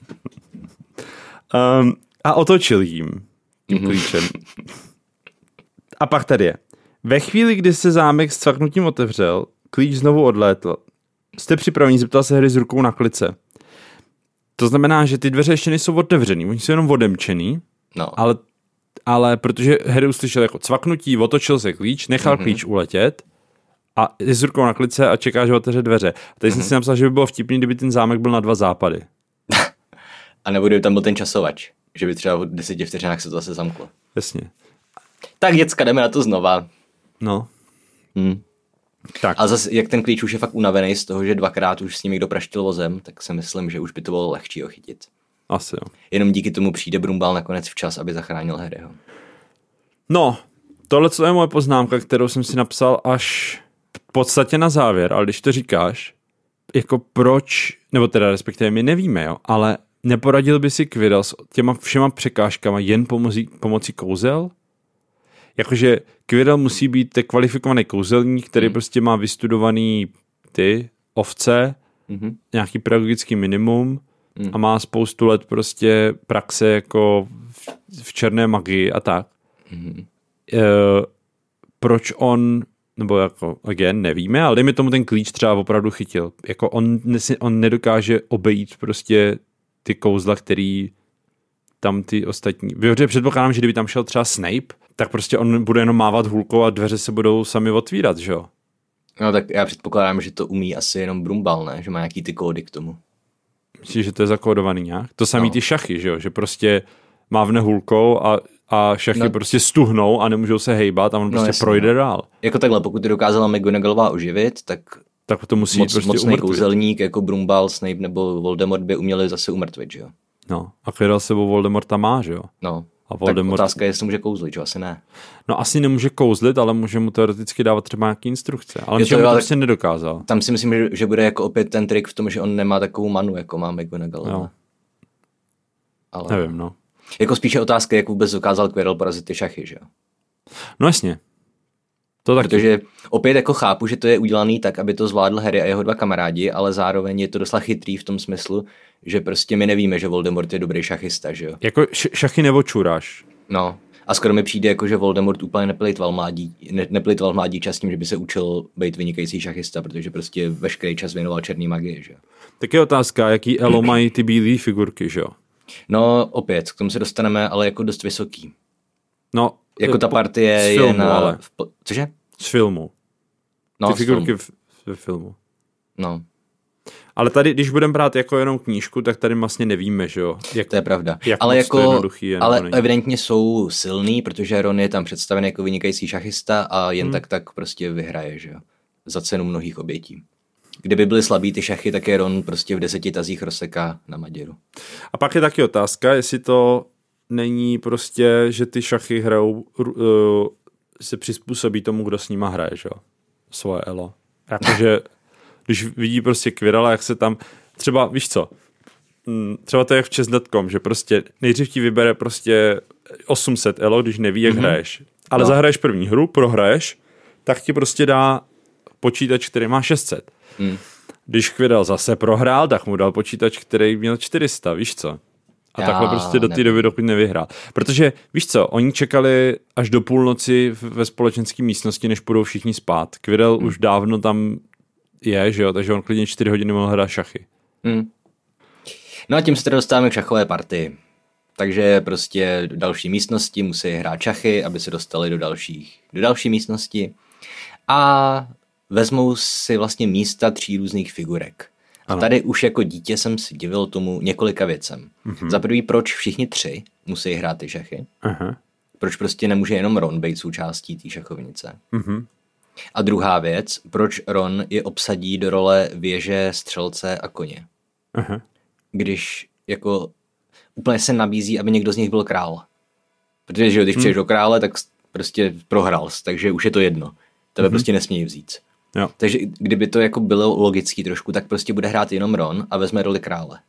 A otočil jim tím klíčem. A pak tady je. Ve chvíli, kdy se zámek s cvaknutím otevřel, klíč znovu odlétl. Jste připraveni? Zeptal se Harry s rukou na klice. To znamená, že ty dveře ještě nejsou otevřený, oni jsou jenom odemčený, No. ale protože Harry uslyšel jako cvaknutí, otočil se klíč, nechal klíč uletět a je s rukou na klice a čeká, že otevře dveře. A tady jsem si napsal, že by bylo vtipný, kdyby ten zámek byl na 2 západy. A nebo kdyby tam byl ten časovač, že by třeba v 10 vteřinách se to zase zamklo. Jasně. Tak děcka, jdeme na to znova. No. Tak. A zase, jak ten klíč už je fakt unavený z toho, že 2krát už s ním někdo praštil vozem, tak si myslím, že už by to bylo lehčí ho chytit. Asi jo. Jenom díky tomu přijde Brumbál nakonec včas, aby zachránil Harryho. No, tohle je moje poznámka, kterou jsem si napsal až v podstatě na závěr, ale když to říkáš, jako proč, nebo teda respektive my nevíme, jo, ale neporadil by si Quirrell s těma všema překážkama jen pomocí kouzel? Jakože Quirrell musí být kvalifikovaný kouzelník, který prostě má vystudovaný ty ovce, nějaký pedagogický minimum a má spoustu let prostě praxe jako v černé magii a tak. Proč on, nebo jako again, nevíme, ale dejme tomu ten klíč třeba opravdu chytil. Jako on nedokáže obejít prostě ty kouzla, který tam ty ostatní. Protože předpokládám, že kdyby tam šel třeba Snape, tak prostě on bude jenom mávat hůlkou a dveře se budou sami otvírat, že jo? No tak já předpokládám, že to umí asi jenom Brumbál, ne? Že má nějaký ty kódy k tomu. Myslíš, že to je zakódovaný nějak? To samý ty šachy, že jo? Že prostě mávne hůlkou a šachy prostě stuhnou a nemůžou se hejbat a on prostě projde dál. Jako takhle, pokud to dokázala McGonagallová oživit, tak to musí prostě mocný kouzelník jako Brumbál, Snape nebo Voldemort by uměli zase umrtvit, že jo? No, a Quirrell sebou Voldemorta má, že jo? No, a Voldemort... tak otázka je, jestli může kouzlit, že asi ne. No asi nemůže kouzlit, ale může mu teoreticky dávat třeba nějaký instrukce, ale on to prostě nedokázal. Tam si myslím, že bude jako opět ten trik v tom, že on nemá takovou manu, jako má McGonagall. Ale... Nevím, no. Jako spíše otázka, jak vůbec dokázal Quirrell porazit ty šachy, že jo? No jasně. To taky. Protože opět jako chápu, že to je udělaný tak, aby to zvládl Harry a jeho 2 kamarádi, ale zároveň je to docela chytrý v tom smyslu, že prostě my nevíme, že Voldemort je dobrý šachista, že jo? Jako šachy neočuráš. No. A skoro mi přijde, jako, že Voldemort úplně neplejtval mládí čas tím, že by se učil být vynikající šachista, protože prostě veškerý čas věnoval černý magii, že jo? Tak je otázka, jaký elo mají ty bílé figurky, že jo? No opět, k tomu se dostaneme, ale jako dost vysoký. No, jako ta partie filmu, je na... Ale. Cože? Z filmu. No, ty figurky ve filmu. No. Ale tady, když budeme brát jako jenom knížku, tak tady vlastně nevíme, že jo? To je pravda. Ale jako, evidentně jsou silný, protože Ron je tam představen jako vynikající šachista a jen tak prostě vyhraje, že jo? Za cenu mnohých obětí. Kdyby byly slabý ty šachy, tak je Ron prostě v 10 tazích rozseká na Maděru. A pak je taky otázka, jestli to není prostě, že ty šachy hrajou, se přizpůsobí tomu, kdo s nima hraje, že jo? Svoje elo. Jakože, když vidí prostě Quirrella, jak se tam, třeba, víš co, třeba to je jak v chess.com, že prostě nejdřív ti vybere prostě 800 elo, když neví, jak hraješ. Ale zahraješ první hru, prohraješ, tak ti prostě dá počítač, který má 600. Když Quirrell zase prohrál, tak mu dal počítač, který měl 400, víš co? A takhle prostě do té doby, dokud nevyhrál. Protože, víš co, oni čekali až do půlnoci ve společenské místnosti, než půjdou všichni spát. Quirrell už dávno tam je, že jo, takže on klidně 4 hodiny mohl hrát šachy. No a tím se teda dostáváme k šachové partii. Takže prostě do další místnosti musí hrát šachy, aby se dostali do další místnosti. A vezmou si vlastně místa 3 různých figurek. A tady už jako dítě jsem si divil tomu několika věcem. Za prvý, proč všichni tři musí hrát ty šachy? Proč prostě nemůže jenom Ron být součástí té šachovnice? A druhá věc, proč Ron je obsadí do role věže, střelce a koně? Když jako úplně se nabízí, aby někdo z nich byl král. Protože že, když přijdeš do krále, tak prostě prohrál, takže už je to jedno. Tebe prostě nesmějí vzít. Jo. Takže kdyby to jako bylo logický trošku, tak prostě bude hrát jenom Ron a vezme roli krále.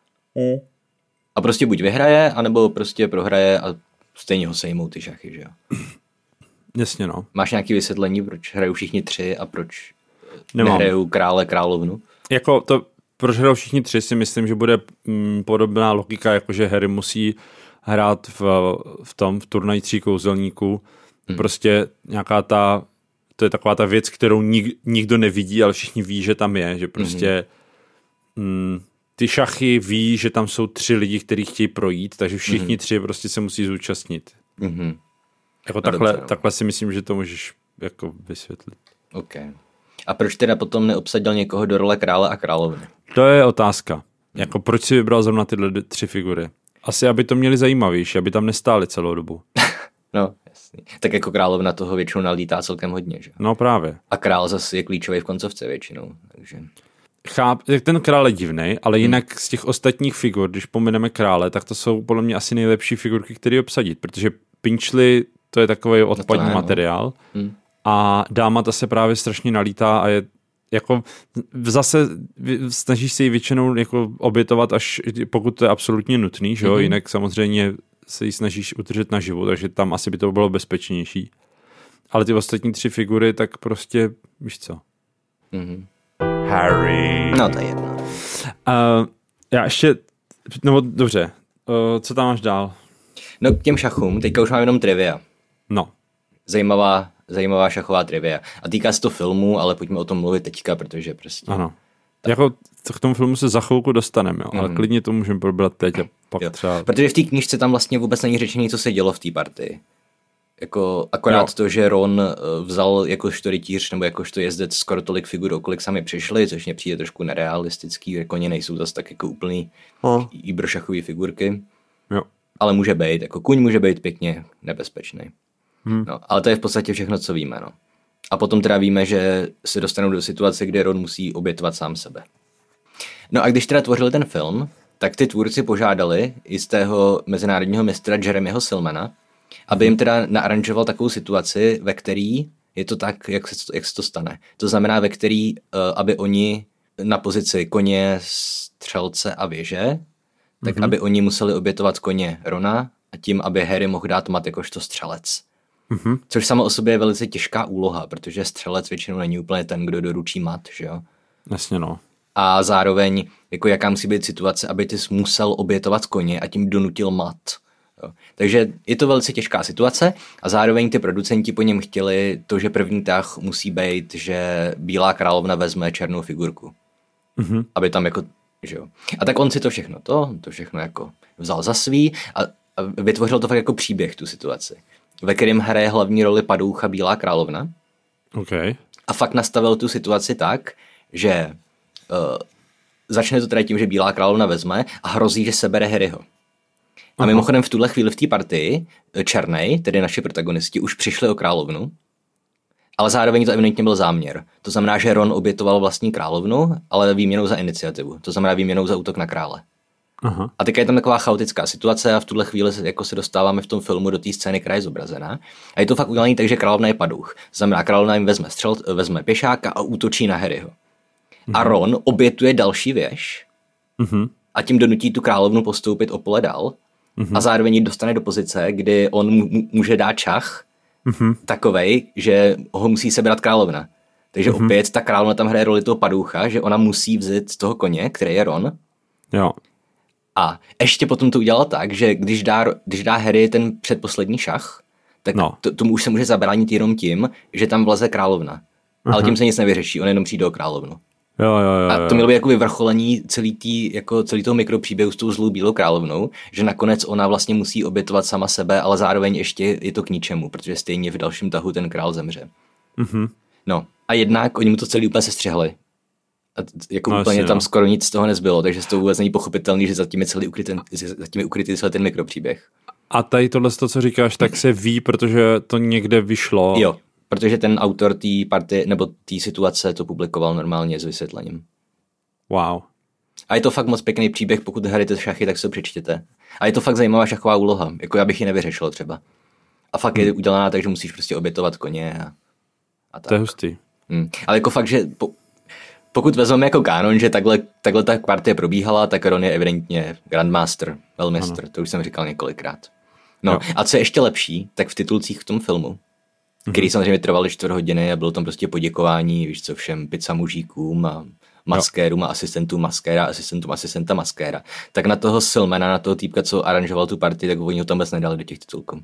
A prostě buď vyhraje, anebo prostě prohraje a stejně ho sejmou ty šachy, že jo? Jasně, no. Máš nějaké vysvětlení, proč hrajou všichni tři a proč nehrajou krále, královnu? Jako to, proč hrajou všichni tři, si myslím, že bude podobná logika, jako že Harry musí hrát v turnaji 3 kouzelníků. Prostě nějaká to je taková ta věc, kterou nikdo nevidí, ale všichni ví, že tam je, že prostě ty šachy ví, že tam jsou 3 lidi, kteří chtějí projít, takže všichni 3 prostě se musí zúčastnit. Jako takhle si myslím, že to můžeš jako vysvětlit. OK. A proč teda potom neobsadil někoho do role krále a královny? To je otázka. Jako proč si vybral zrovna tyhle 3 figury? Asi, aby to měli zajímavější, aby tam nestáli celou dobu. No, jasný. Tak jako královna toho většinou nalítá celkem hodně, že? No právě. A král zase je klíčový v koncovce většinou, takže... Ten král je divnej, ale jinak z těch ostatních figur, když pomineme krále, tak to jsou podle mě asi nejlepší figurky, které obsadit, protože Pinčly, to je takový odpadní materiál a dáma ta se právě strašně nalítá a je jako zase snažíš se ji většinou jako obětovat, až pokud to je absolutně nutný, že jo, jinak samozřejmě se ji snažíš udržet naživu, takže tam asi by to bylo bezpečnější. Ale ty ostatní 3 figury, tak prostě, víš co? Harry. No to je jedno. Já ještě, no dobře, co tam máš dál? No k těm šachům, teďka už mám jenom trivia. No. Zajímavá šachová trivia. A týká se to filmu, ale pojďme o tom mluvit teďka, protože prostě... Ano. Jako k tomu filmu se za chvilku dostaneme, jo, ale klidně to můžeme probrat teď a pak třeba... Protože v té knížce tam vlastně vůbec není řečený, co se dělo v té partii. Jako akorát to, že Ron vzal jakožto rytíř nebo jakožto jezdec skoro tolik figur, o kolik sami přišli, což mě přijde trošku nerealistický, koně nejsou zase tak jako úplný šachové figurky. Jo. Ale může být, jako kůň může být pěkně nebezpečný. No, ale to je v podstatě všechno, co víme. No. A potom teda víme, že se dostanou do situace, kde Ron musí obětovat sám sebe. No a když teda tvořili ten film, tak ty tvůrci požádali jistého mezinárodního mistra Jeremyho Silmana, aby jim teda naaranžoval takovou situaci, ve který je to tak, jak se to stane. To znamená, ve který, aby oni na pozici koně, střelce a věže, tak aby oni museli obětovat koně Rona a tím, aby Harry mohl dát mat jakožto střelec. Což samo o sobě je velice těžká úloha, protože střelec většinou není úplně ten, kdo doručí mat, že jo? Jasně, no. A zároveň, jako jaká musí být situace, aby ty musel obětovat koně a tím donutil mat. Jo. Takže je to velice těžká situace a zároveň ty producenti po něm chtěli to, že první tah musí být, že Bílá královna vezme černou figurku. Aby tam jako, že jo. A tak on si to všechno jako vzal za svý a vytvořil to fakt jako příběh, tu situaci, ve kterém hraje hlavní roli padoucha Bílá královna. Okay. A fakt nastavil tu situaci tak, že začne to teda tím, že Bílá královna vezme a hrozí, že sebere Harryho. A mimochodem v tuhle chvíli v té partii černej, tedy naši protagonisti, už přišli o královnu, ale zároveň to evidentně byl záměr. To znamená, že Ron obětoval vlastní královnu, ale výměnou za iniciativu. To znamená výměnou za útok na krále. Aha. A teď je tam taková chaotická situace a v tuhle chvíli se dostáváme v tom filmu do té scény, která je zobrazená. A je to fakt udělané tak, že královna je padouch. To znamená, královna jim vezme pěšáka a útočí na Harryho. A Ron obětuje další věž a tím donutí tu královnu postoupit o pole dál a zároveň ji dostane do pozice, kdy on může dát šach takovej, že ho musí sebrat královna. Takže opět ta královna tam hraje roli toho padoucha, že ona musí vzít z toho koně, který je Ron. Jo. A ještě potom to udělala tak, že když dá Harry ten předposlední šach, tak tomu už se může zabránit jenom tím, že tam vleze královna. Ale tím se nic nevyřeší, on jenom přijde o královnu. Jo. A to mělo být jako vyvrcholení celý toho mikropříběhu s tou zlou Bílou královnou, že nakonec ona vlastně musí obětovat sama sebe, ale zároveň ještě je to k ničemu, protože stejně v dalším tahu ten král zemře. No a jednak oni mu to celý úplně sestřihli. Jako úplně tam skoro nic z toho nezbylo, takže to vůbec není pochopitelný, že zatím je ukrytý celý ten mikropříběh. A tady tohle, co říkáš, tak se ví, protože to někde vyšlo. Jo, protože ten autor té party nebo té situace to publikoval normálně s vysvětlením. Wow. A je to fakt moc pěkný příběh, pokud hrajete šachy, tak si to přečtěte. A je to fakt zajímavá šachová úloha, jako já bych ji nevyřešil třeba. A fakt je udělaná tak, že musíš prostě obětovat koně a tak. To je hustý. Ale jako fakt, že pokud vezmeme jako kánon, že takhle ta partie probíhala, tak Ron je evidentně Grandmaster, Velmistr, to už jsem říkal několikrát. No jo. A co je ještě lepší, tak v titulcích v tom filmu, který samozřejmě trvaly 4 hodiny a bylo tam prostě poděkování, víš co, všem pizza mužíkům a maskérům a asistentům maskéra, asistentům asistenta maskéra. Tak na toho Silmana, na toho týpka, co aranžoval tu partii, tak oni ho tam vůbec nedali do těch titulků.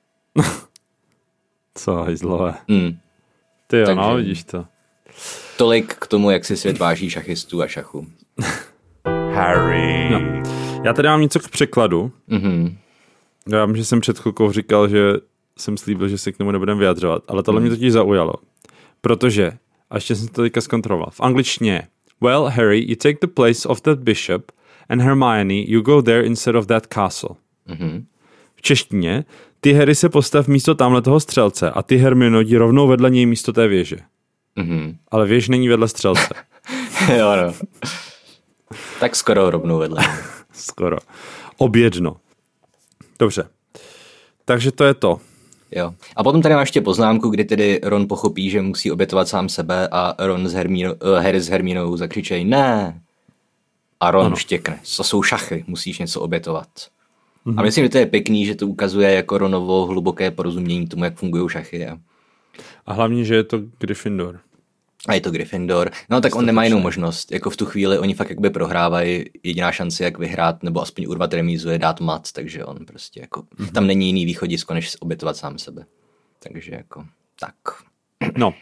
Co hajzlové. Ty jo, no, vidíš to. Tolik k tomu, jak si svět váží šachistů a šachu. Harry. No. Já tady mám něco k překladu. Já vím, že jsem před chvilkou říkal, že jsem slíbil, že se k tomu nebudem vyjadřovat, ale tohle mě totiž zaujalo. Protože, a ještě jsem to teďka zkontroloval, v angličtině well, Harry, you take the place of that bishop and Hermione, you go there instead of that castle. V češtině, ty Harry se postav místo tamhle toho střelce a ty Hermiono jdi rovnou vedle něj místo té věže. Ale věž není vedle střelce. Jo, no. Tak skoro rovnou vedle. Skoro. Objedno. Dobře. Takže to je to. Jo. A potom tady máš ještě poznámku, kdy tedy Ron pochopí, že musí obětovat sám sebe a Harry s Hermínou zakřičejí ne. A Ron štěkne. To jsou šachy, musíš něco obětovat. A myslím, že to je pěkný, že to ukazuje jako Ronovo hluboké porozumění tomu, jak fungují šachy. A hlavně, že je to Gryffindor. A je to Gryffindor. No tak on nemá jinou možnost. Jako v tu chvíli oni fakt jakby prohrávají, jediná šance, jak vyhrát, nebo aspoň urvat remízu, je dát mat, takže on prostě jako, tam není jiný východisko, než obětovat sám sebe. Takže jako, tak. No.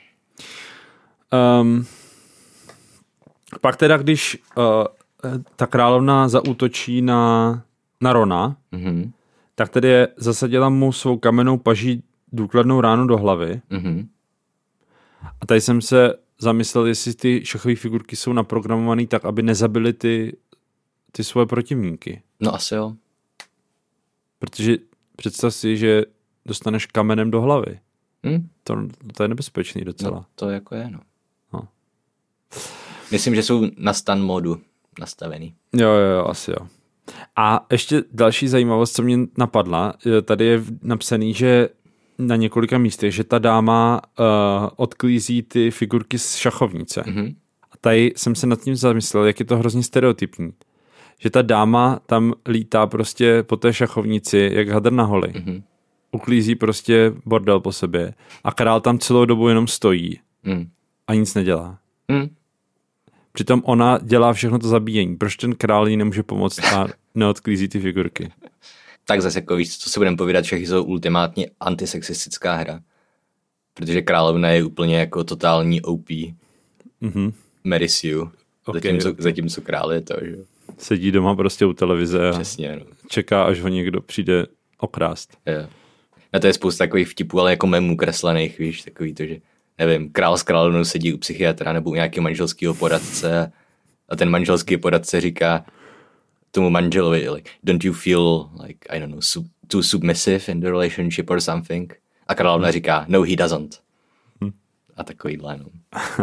Pak teda, když ta královna zaútočí na Rona, tak tedy zasadila mu svou kamennou paží důkladnou ránu do hlavy. A tady jsem se zamyslel, jestli ty šachové figurky jsou naprogramované tak, aby nezabily ty svoje protivníky. No asi jo. Protože představ si, že dostaneš kamenem do hlavy. To je nebezpečný docela. No, to jako je, no. Myslím, že jsou na stun modu nastavený. Jo, asi jo. A ještě další zajímavost, co mě napadla, tady je napsaný, že na několika místech, že ta dáma odklízí ty figurky z šachovnice. A tady jsem se nad tím zamyslel, jak je to hrozně stereotypní. Že ta dáma tam lítá prostě po té šachovnici, jak hadr na holi. Uklízí prostě bordel po sobě. A král tam celou dobu jenom stojí. A nic nedělá. Přitom ona dělá všechno to zabíjení. Proč ten král jí nemůže pomoct a neodklízí ty figurky? Tak zase jako víc, co si budeme povídat, všechny jsou ultimátně antisexistická hra. Protože královna je úplně jako totální OP. Marries you. Zatímco král je to, že? Sedí doma prostě u televize a přesně, no. Čeká, až ho někdo přijde okrást. Jo. A to je spousta takových vtipů, ale jako memů kreslených, víš, takový to, že nevím, král s královnou sedí u psychiatra nebo u nějakého manželského poradce a ten manželský poradce říká tomu manželovi, like, don't you feel like, I don't know, too submissive in the relationship or something? A královna říká, no, he doesn't. A takovýhle, no.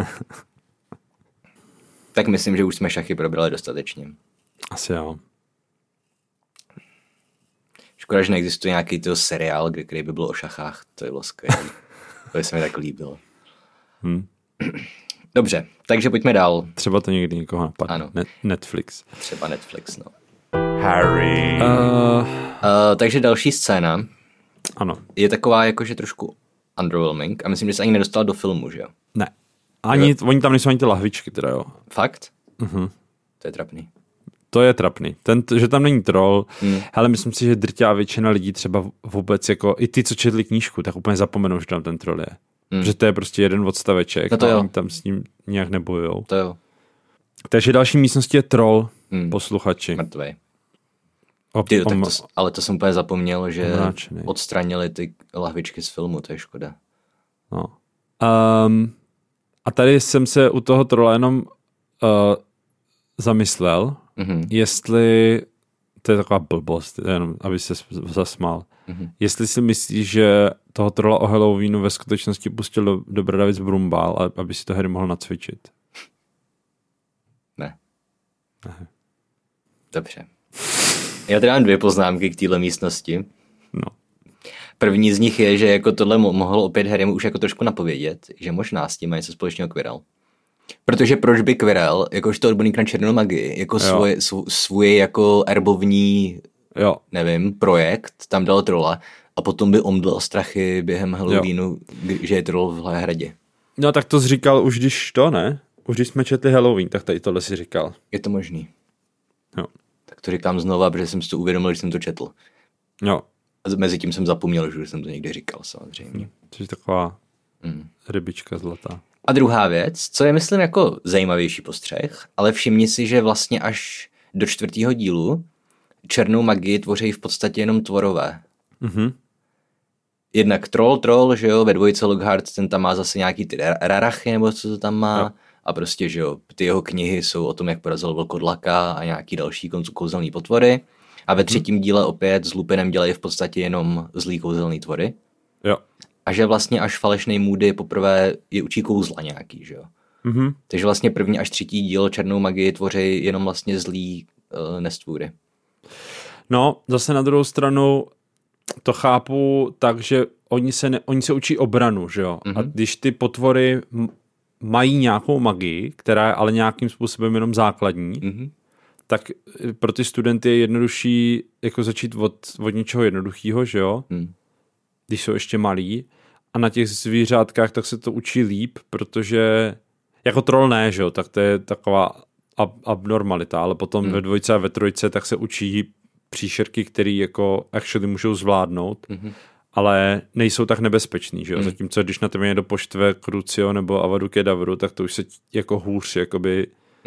Tak myslím, že už jsme šachy probrali dostatečně. Asi jo. Škoda, že neexistuje nějaký toho seriál, který by byl o šachách. To je bylo skvělé. To by se mi tak líbilo. Dobře, takže pojďme dál. Třeba to někdy někoho napadne. Ano. Netflix. Třeba Netflix, no. Harry. Takže další scéna. Ano. Je taková jakože trošku underwhelming a myslím, že se ani nedostala do filmu, že jo? Ne. Oni tam nejsou ani ty lahvičky, teda jo. Fakt? To je trapný. To je trapný. Že tam není troll, ale myslím si, že drtivá většina lidí třeba vůbec jako, i ty, co četli knížku, tak úplně zapomenou, že tam ten troll je. Že to je prostě jeden odstaveček a oni tam s ním nějak nebojujou. To jo. Takže další místnosti je troll, posluchači. Mrtvej. Ale to jsem úplně zapomněl, že odstranili ty lahvičky z filmu, to je škoda. No. A tady jsem se u toho trolla jenom zamyslel, jestli, to je taková blbost, jenom aby se zasmál, jestli si myslíš, že toho trolla o Halloweenu ve skutečnosti pustil do Bradavic Brumbál, aby si to Harry mohl nacvičit. Ne. Dobře. Já tady mám 2 poznámky k téhle místnosti. No. První z nich je, že jako tohle mohlo opět Harrymu už jako trošku napovědět, že možná s tím má něco společného Quirrell. Protože proč by Quirrell, jakožto odborník na černou magii, jako svůj jako erbovní, nevím, projekt, tam dal trolla a potom by omdlel strachy během Halloweenu, že je troll v hradě. No tak to jsi říkal už když to, ne? Už když jsme četli Halloween, tak tady tohle si říkal. Je to možný. Jo. Tak to říkám znova, protože jsem si to uvědomil, když jsem to četl. Jo. A mezi tím jsem zapomněl, že jsem to někdy říkal, samozřejmě. To je taková rybička zlatá. A druhá věc, co je myslím jako zajímavější postřeh, ale všimni si, že vlastně až do 4. dílu černou magii tvoří v podstatě jenom tvorové. Jednak troll, že jo, ve 2 Lockhart, ten tam má zase nějaký ty rarachy, nebo co to tam má. Jo. A prostě, že jo, ty jeho knihy jsou o tom, jak porazil vlkodlaka a nějaký další kouzelný potvory. A ve 3. díle opět s Lupinem dělají v podstatě jenom zlý kouzelný tvory. Jo. A že vlastně až falešnej Moody poprvé je učí kouzla nějaký, že jo. Takže vlastně 1. až 3. díl černou magii tvoří jenom vlastně zlý nestvůry. No, zase na druhou stranu to chápu tak, že oni se učí obranu, že jo. A když ty potvory mají nějakou magii, která je ale nějakým způsobem jenom základní, tak pro ty studenty je jednodušší jako začít od něčeho jednoduchého, že jo, když jsou ještě malí. A na těch zvířátkách tak se to učí líp, protože jako troll ne, že jo, tak to je taková abnormalita, ale potom ve 2 a ve 3 tak se učí příšerky, který jako actually můžou zvládnout, ale nejsou tak nebezpečný, že jo, zatímco když na tebe někdo poštve Crucio nebo Avadu Kedavru, tak to už se jako hůř, jakoby...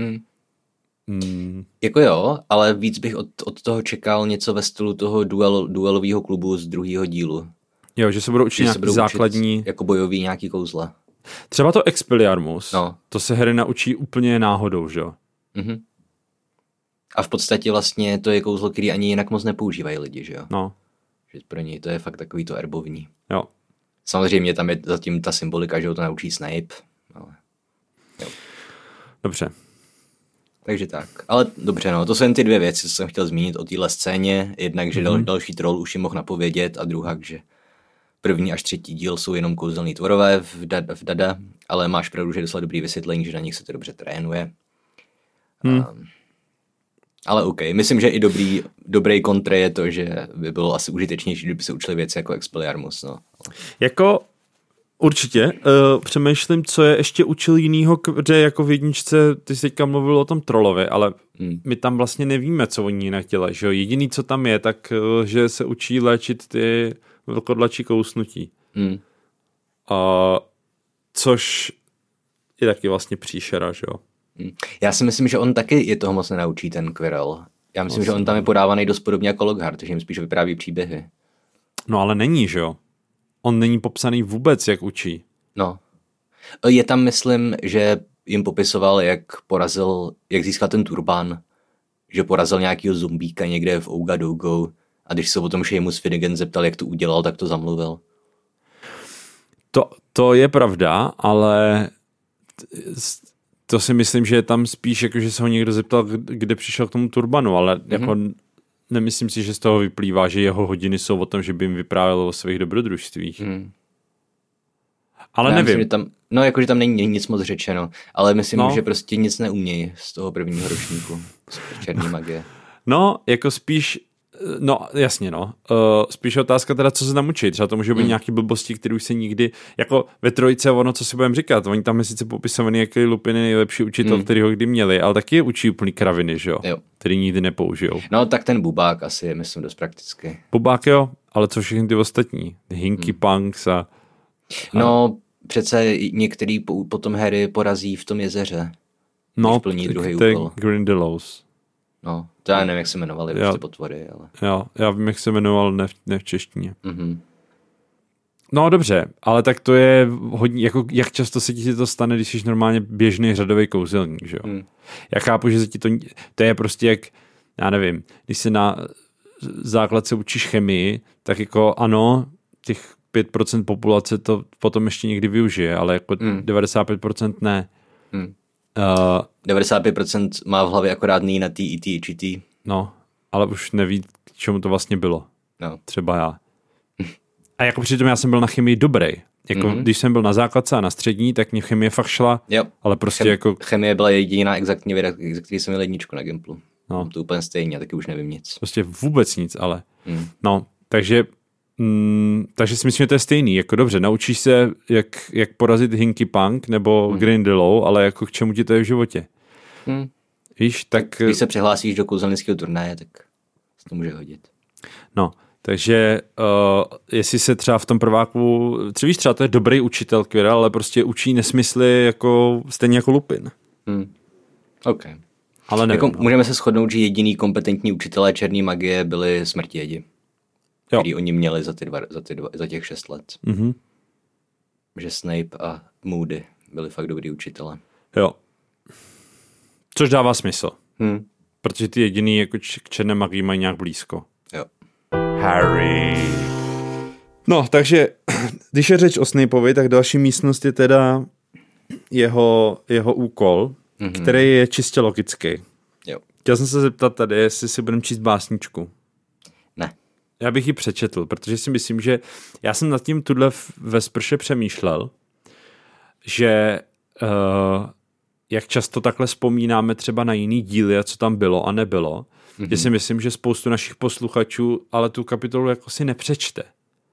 Jako jo, ale víc bych od toho čekal něco ve stylu toho duelového klubu z 2. dílu. Jo, že se budou učit nějaký základní... Jako bojový nějaký kouzla. Třeba to Expelliarmus, to se Harry naučí úplně náhodou, že jo? A v podstatě vlastně to je kouzlo, který ani jinak moc nepoužívají lidi, že jo? No. Že pro něj to je fakt takový to erbovní. Jo. Samozřejmě tam je zatím ta symbolika, že ho to naučí Snape, ale... Jo. Dobře. Takže tak. Ale dobře, no, to jsou jen ty 2 věci, co jsem chtěl zmínit o téhle scéně. Jednak, že další troll už jim mohl napovědět a druhá, že 1. až 3. díl jsou jenom kouzelný tvorové v Dada, ale máš pravdu, že je docela dobrý vysvětlení, že na nich se to dobře trénuje. Ale OK, myslím, že i dobrý kontra je to, že by bylo asi užitečnější, kdyby se učili věci jako Expelliarmus, no. Jako určitě. Přemýšlím, co je ještě učil jinýho, kde jako v 1, ty jsi teďka mluvil o tom trollovi, ale my tam vlastně nevíme, co oni jinak dělají, že jo. Jediný, co tam je, tak, že se učí léčit ty vlkodlačí kousnutí. Což je taky vlastně příšera, že jo. Já si myslím, že on taky je toho moc nenaučí, ten Quirrell. Já myslím, že on tam je podávaný dost podobně jako Lockhart, takže jim spíš vypráví příběhy. No ale není, že jo. On není popsaný vůbec, jak učí. No. Je tam, myslím, že jim popisoval, jak získal ten turban, že porazil nějakýho zombíka někde v Ouagadougou a když se o tom Seamus Finnegan zeptal, jak to udělal, tak to zamluvil. To je pravda, ale to si myslím, že je tam spíš, jako, že se ho někdo zeptal, kde přišel k tomu turbanu, ale jako nemyslím si, že z toho vyplývá, že jeho hodiny jsou o tom, že by jim vyprávěl o svých dobrodružstvích. Ale já nevím. Myslím, že tam není nic moc řečeno, ale myslím, že prostě nic neumějí z toho 1. ročníku z černé magie. No, jako spíš, no jasně, no. Spíš otázka teda, co se tam učí. Třeba to může být nějaký blbosti, který už se nikdy, jako ve 3 ono, co si budeme říkat, oni tam je sice popisovaný, jaký Lupin je nejlepší učitel, který ho kdy měli, ale taky je učí úplný kraviny, že jo? Který nikdy nepoužijou. No, tak ten bubák asi je, myslím, dost praktický. Bubák jo, ale co všechny ty ostatní? Hinky Punks a... No, přece některý potom Harry porazí v tom jezeře. No, plní druhý úkol. Grindelows. No, to já nevím, jak se jmenovali ty potvory, ale... Jo, já vím, jak se jmenoval, ne v češtině. No dobře, ale tak to je hodně, jako jak často se ti to stane, když jsi normálně běžný řadový kouzelník, že jo? Já chápu, že se ti to je prostě jak, já nevím, když se na základce učíš chemii, tak jako ano, těch 5% populace to potom ještě někdy využije, ale jako 95% ne. 95% má v hlavě akorát na T, IT, či T. No, ale už neví, k čemu to vlastně bylo. No. Třeba já. A jako přitom já jsem byl na chemii dobrý. Jako když jsem byl na základce a na střední, tak mě chemie fakt šla, ale prostě jako... Chemie byla jediná exaktní věda, který jsem měl jedničku na Gimplu. No. To úplně stejně, taky už nevím nic. Prostě vůbec nic, ale... No, takže si myslím, že to je stejný. Jako dobře, naučíš se, jak porazit Hinky Punk nebo Grindylow, ale jako k čemu ti to je v životě? Víš, tak... Když se přihlásíš do kouzelnického turnaje, tak se to může hodit. No, takže jestli se třeba v tom prváku, víš, třeba to je dobrý učitel Quirrell, ale prostě učí nesmysly jako, stejně jako Lupin. OK. Ale nevím, jako, můžeme se shodnout, že jediný kompetentní učitelé černé magie byli Smrtivědi, který oni měli za těch 6 let. Že Snape a Moody byli fakt dobrý učitelé. Jo. Což dává smysl. Protože ty jediný jako k černé magii mají nějak blízko. Jo. Harry. No, takže když je řeč o Snapeovi, tak další místnost je teda jeho úkol, který je čistě logický. Jo. Chtěl jsem se zeptat tady, jestli si budeme číst básničku. Ne. Já bych ji přečetl, protože si myslím, že já jsem nad tím tuhle ve sprše přemýšlel, že jak často takhle vzpomínáme třeba na jiný díly a co tam bylo a nebylo, že si myslím, že spoustu našich posluchačů ale tu kapitolu jako si nepřečte.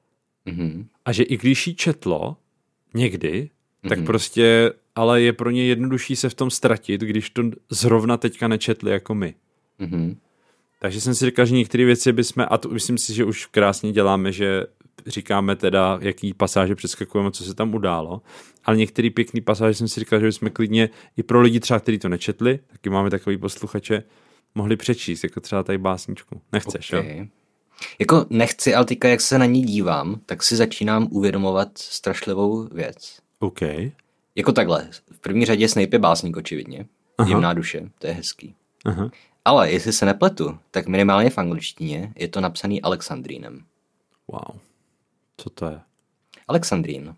A že i když ji četlo někdy, tak prostě ale je pro ně jednodušší se v tom ztratit, když to zrovna teďka nečetli jako my. Takže jsem si říkal, že některé věci bychom, a to myslím si, že už krásně děláme, že říkáme teda, jaký pasáže přeskakujeme, co se tam událo, ale některý pěkný pasáže jsem si říkal, že bychom klidně i pro lidi třeba, kteří to nečetli, taky máme takový posluchače, mohli přečíst, jako třeba tady básničku. Nechceš, okay. Jo? Jako nechci, ale teďka, jak se na ní dívám, tak si začínám uvědomovat strašlivou věc. OK. Jako takhle, v první řadě Snape je básník, očividně. Jemná duše, to je hezký. Aha. Ale jestli se nepletu, tak minimálně v angličtině je to napsaný Alexandrínem. Wow. Co to je? Alexandrín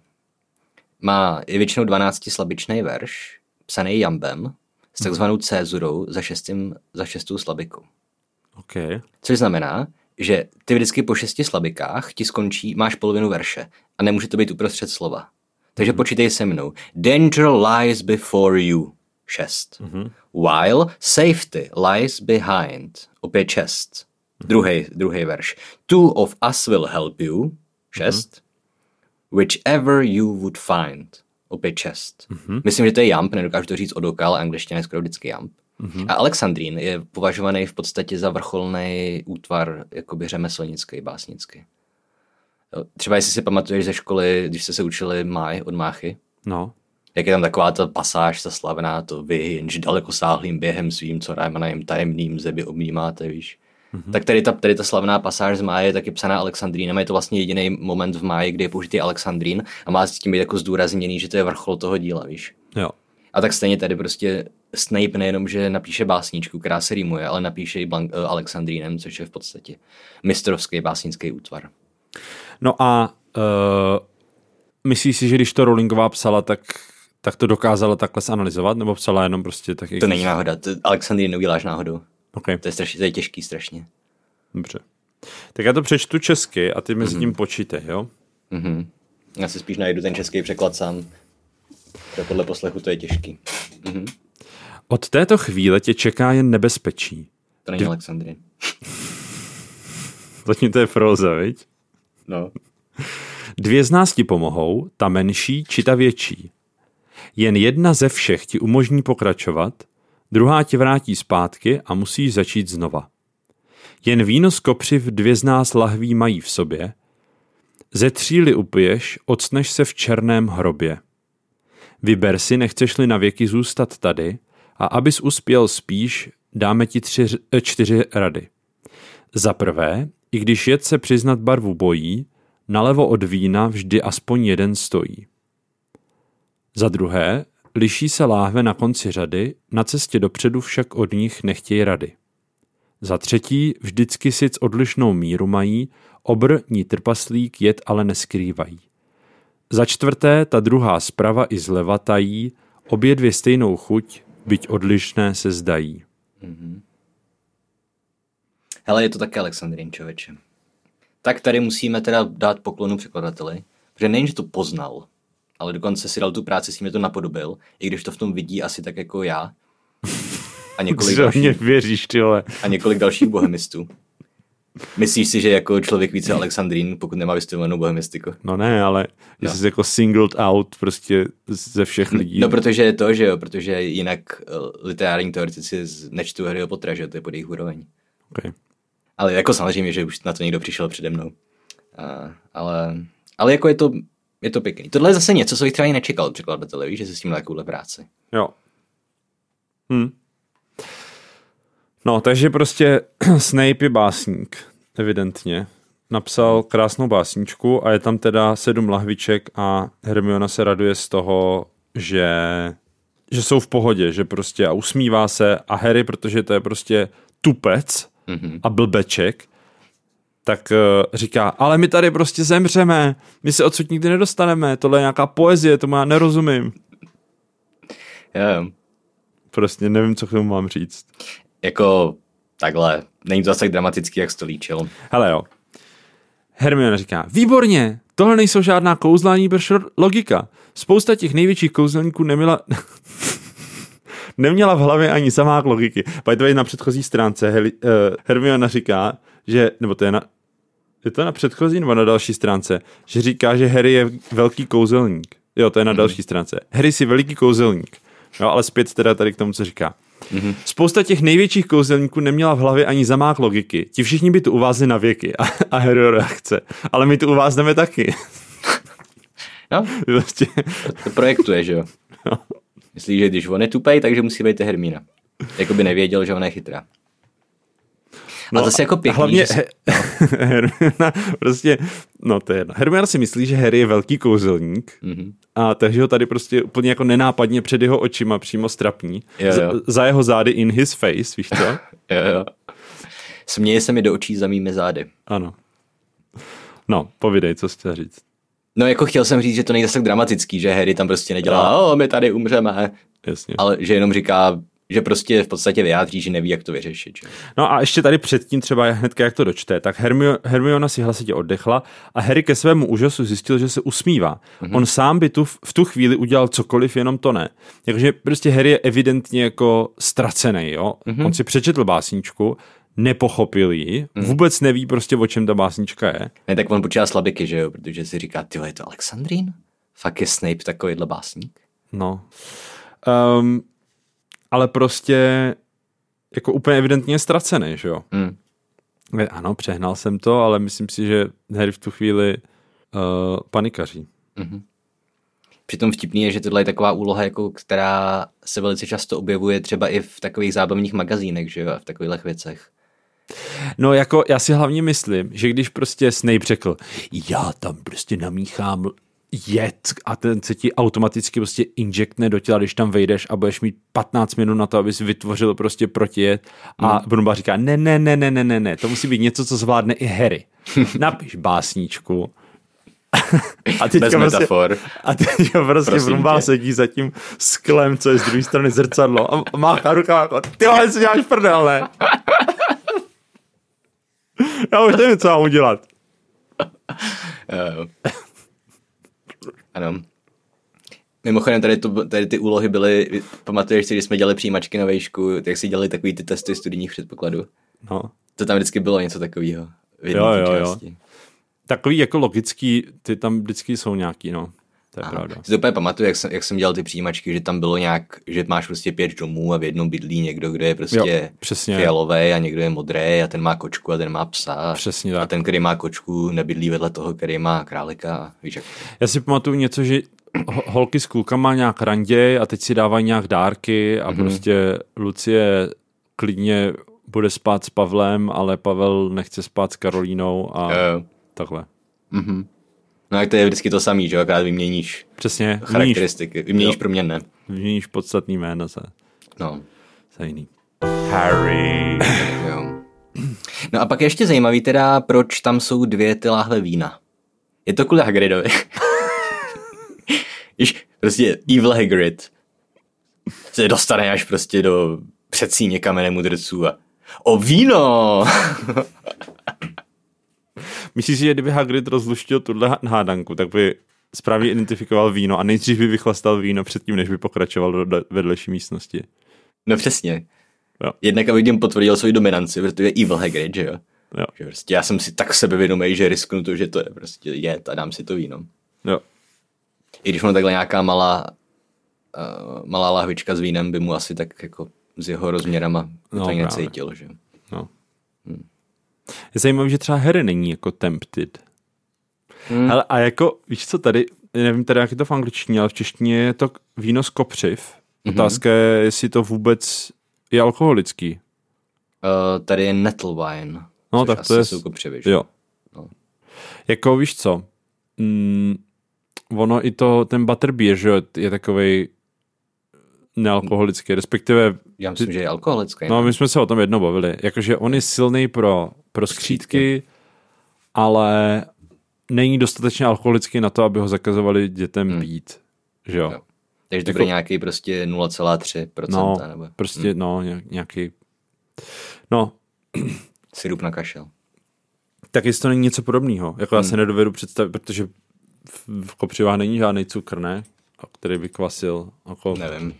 je většinou 12slabičný verš, psaný jambem, s takzvanou cézurou za 6. slabikou. Okay. Což znamená, že ty vždycky po 6 slabikách ti skončí, máš polovinu verše a nemůže to být uprostřed slova. Takže počítej se mnou. Danger lies before you. 6. While safety lies behind. Opět 6. Druhý verš. Two of us will help you. 6. Whichever you would find. Opět 6. Myslím, že to je jamb, nedokážu to říct od oka, ale angličtina je skoro vždycky jamb. A Alexandrín je považovaný v podstatě za vrcholný útvar jakoby řemeslnický, básnický. Třeba jestli si pamatuješ ze školy, když jste se učili máj od máchy. No. Jak je tam taková ta pasáž, ta slavná, to vy, jenž dalekosáhlým během svým, co Rajmanajem tajemným zeby objímáte, víš. Tak tady ta slavná pasáž z máje je taky psaná Alexandrínem, je to vlastně jediný moment v máji, kdy je použitý Alexandrín a má s tím být jako zdůrazněný, že to je vrchol toho díla, víš. Jo. A tak stejně tady prostě Snape nejenom, že napíše básničku, která se rýmuje, ale napíše i Alexandrínem, což je v podstatě mistrovský básnický útvar. No a myslíš si, že když to Rowlingová psala, tak to dokázala takhle zanalyzovat, nebo psala jenom prostě tak... To není náhoda, Alexandrín neuděláš náhodou. Okay. To je těžký strašně. Dobře. Tak já to přečtu česky a ty mezi tím počítej, jo? Já si spíš najdu ten český překlad sám. Podle poslechu to je těžký. Od této chvíle tě čeká jen nebezpečí. To není Alexandrín. Zatím to je próza, viď? No. 2 z nás ti pomohou, ta menší či ta větší. Jen jedna ze všech ti umožní pokračovat, druhá tě vrátí zpátky a musíš začít znova. Jen víno z kopřiv 2 z nás lahví mají v sobě. Ze 3 upiješ, ocneš se v černém hrobě. Vyber si, nechceš-li na věky zůstat tady, a abys uspěl spíš, dáme ti 4 rady. Za prvé, i když jed se přiznat barvu bojí, nalevo od vína vždy aspoň jeden stojí. Za druhé, liší se láhve na konci řady, na cestě dopředu však od nich nechtějí rady. Za třetí, vždycky sic odlišnou míru mají, obr ní trpaslík jed ale neskrývají. Za čtvrté, ta druhá zprava i zleva tají, obě dvě stejnou chuť, byť odlišné se zdají. Mm-hmm. Hele, je to také Alexandrín, člověče. Tak tady musíme teda dát poklonu překladateli, protože nejen, že to poznal, ale dokonce si dal tu práci, s ním to napodobil, i když to v tom vidí asi tak jako já. A několik dalších bohemistů. Myslíš si, že jako člověk více Alexandrín, pokud nemá vystudovanou bohemistiku? No ne, ale že jsi jako singled out prostě ze všech lidí. No protože je to, že jo, protože jinak literární teoretici nečtou Harryho Pottera, že to je pod jejich úroveň. Okay. Ale jako samozřejmě, že už na to někdo přišel přede mnou. Ale jako je to pěkný. Tohle je zase něco, co bych třeba ani nečekal od překladatele, víš, že se s tím takovouhle práci. Jo. No, takže prostě Snape je básník, evidentně. Napsal krásnou básničku a je tam teda 7 lahviček a Hermiona se raduje z toho, že jsou v pohodě, že prostě a usmívá se a Harry, protože to je prostě tupec a blbeček, tak říká, ale my tady prostě zemřeme, my se odsud nikdy nedostaneme, tohle je nějaká poezie, tomu já nerozumím. Yeah. Prostě nevím, co k tomu mám říct. Jako takhle, není to zase tak dramatický, jak jsi to líčil. Hele jo. Hermiona říká, výborně, tohle nejsou žádná kouzla, nýbrž logika. Spousta těch největších kouzelníků neměla v hlavě ani samák logiky. Pojďte na předchozí stránce Hermiona říká, že, nebo to je to na předchozí nebo na další stránce, že říká, že Harry je velký kouzelník. Jo, to je na další stránce. Harry si veliký kouzelník. Jo, ale zpět teda tady k tomu, co říká. Spousta těch největších kouzelníků neměla v hlavě ani zamák logiky. Ti všichni by tu uvázli na věky a Harryho reakce. Ale my tu uvázneme taky. No, prostě. To projektuje, že jo? No. Myslíš, že když on je tupej, takže musí být Hermína. Jakoby nevěděl, že ona je chytrá. No, a zase jako pěkný. Hlavně Hermiona prostě, no to je jedno. Hermiona si myslí, že Harry je velký kouzelník a takže ho tady prostě úplně jako nenápadně před jeho očima přímo strapní. Jo. Za jeho zády in his face, víš co? Jo. Směje se mi do očí za mými zády. Ano. No, povídej, co jsi chtěl říct. No jako chtěl jsem říct, že to není zase tak dramatický, že Harry tam prostě nedělá, my tady umřeme. Jasně. Ale že jenom říká, že prostě v podstatě vyjádří, že neví, jak to vyřešit. Že? No a ještě tady předtím třeba hnedka, jak to dočte, tak Hermiona si hlasitě oddechla a Harry ke svému úžasu zjistil, že se usmívá. On sám by v tu chvíli udělal cokoliv, jenom to ne. Takže prostě Harry je evidentně jako ztracený, jo? On si přečetl básničku, nepochopil ji, vůbec neví prostě, o čem ta básnička je. Ne, tak on počítá slabiky, že jo, protože si říká, tyhle, je to Alexandrín? Fakt je Snape takovýhle básník? No. Ale prostě jako úplně evidentně ztracený, že jo? Ano, přehnal jsem to, ale myslím si, že Harry v tu chvíli panikaří. Přitom vtipný je, že tohle je taková úloha, jako, která se velice často objevuje třeba i v takových zábavních magazínech, že jo, a v takových věcech. No jako já si hlavně myslím, že když prostě Snape řekl, já tam prostě namíchám jed a ten se ti automaticky prostě injektne do těla, když tam vejdeš a budeš mít 15 minut na to, abys vytvořil prostě protijed a Brumba říká, ne, to musí být něco, co zvládne i Harry. Napiš básničku. Bez metafor. A teďka prostě Brumbál sedí za tím sklem, co je z druhé strany zrcadlo a máchá rukama jako, ty vole, si děláš prdel, ne? Já už nevím, co mám udělat. Ano. Mimochodem, tady ty úlohy byly, pamatuješ si, když jsme dělali přijímačky na vejšku, jak si dělali takový ty testy studijních předpokladů? No. To tam vždycky bylo něco takového. Jo. Takový jako logický, ty tam vždycky jsou nějaký, no. To je pravda. Si to úplně pamatuju, jak jsem dělal ty přijímačky, že tam bylo nějak, že máš prostě 5 domů a v jednom bydlí někdo, kdo je prostě fialový a někdo je modrý a ten má kočku a ten má psa. Přesně tak. A ten, který má kočku, nebydlí vedle toho, který má králika. Víš, jak... Já si pamatuju něco, že holky s klukama nějak randěj a teď si dávají nějak dárky a prostě Lucie klidně bude spát s Pavlem, ale Pavel nechce spát s Karolínou a takhle. No jak to je vždycky to samý, že jo, akorát vyměníš Přesně. charakteristiky, vyměníš proměnné. Vyměníš podstatný jméno za jiný. Harry. Jo. No a pak je ještě zajímavý teda, proč tam jsou 2 ty láhve vína. Je to kvůli Hagridovi. Víš, prostě Evil Hagrid se dostane až prostě do předsíně Kamene mudrců a o víno! Myslíš si, že kdyby Hagrid rozluštil tuhle hádanku, tak by správně identifikoval víno a nejdřív by vychlastal víno předtím, než by pokračoval do vedlejší místnosti? No přesně. Jo. Jednak aby tím potvrdil svoji dominanci, protože je Evil Hagrid, že jo? Jo. Že prostě já jsem si tak sebevědomý, že risknu to, že to je prostě jet a dám si to víno. Jo. I když mám takhle nějaká malá lahvička s vínem, by mu asi tak jako s jeho rozměrama to ani necítil, že? No. Je zajímavé, že třeba Harry není jako tempted. Hele, a jako, víš co tady, nevím teda, jak je to v angličtině, ale v češtině je to víno z kopřiv. Otázka je, jestli to vůbec je alkoholický. Tady je nettle wine. No, tak to je... jsou kopřivy, že? Jo. No. Jako, víš co, ono i to, ten butterbeer, že jo, je takovej nealkoholický, respektive... Já myslím, že je alkoholický. No, my jsme se o tom jednou bavili. Jakože on je silný pro skřítky, ale není dostatečně alkoholický na to, aby ho zakazovali dětem pít. Že jo? Takže to bude nějaký prostě 0,3%. No, nebo... prostě, nějaký... No. Sirup na kašel. Tak jestli to není něco podobného. Jako já se nedovedu představit, protože v kopřivách není žádný cukr, ne? Který by kvasil. Jako... Nevím.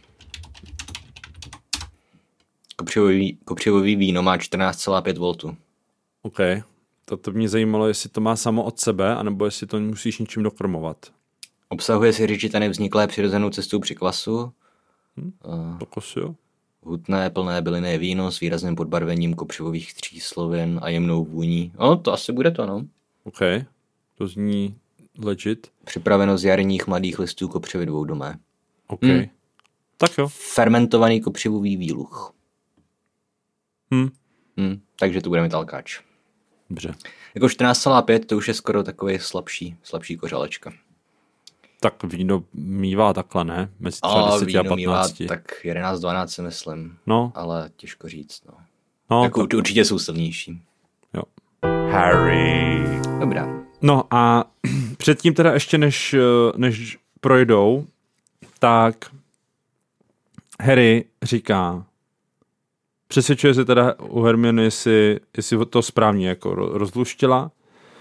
Kopřivový víno má 14,5 V. OK. To mě zajímalo, jestli to má samo od sebe, anebo jestli to musíš něčím dokrmovat. Obsahuje siřičitany vzniklé přirozenou cestou při kvasu. Jo. Hutné, plné bylinné víno s výrazným podbarvením kopřivových tříslovin a jemnou vůní. No, to asi bude to, no. OK. To zní legit. Připraveno z jarních mladých listů kopřivy dvoudomé. OK. Tak jo. Fermentovaný kopřivový výluch. Takže to bude mít alkáč. Dobře. Jako 14,5 to už je skoro takový slabší kořalečka. Tak víno mívá takhle, ne? Mezi třeba 10 a 15. Mívá tak 11-12 si myslím. No. Ale těžko říct, no. Jako tak... Určitě jsou silnější. Jo. Harry. Dobrá. No a předtím teda ještě než projdou, tak Harry říká, přesvědčuje se teda u Hermiony, jestli to správně jako rozluštila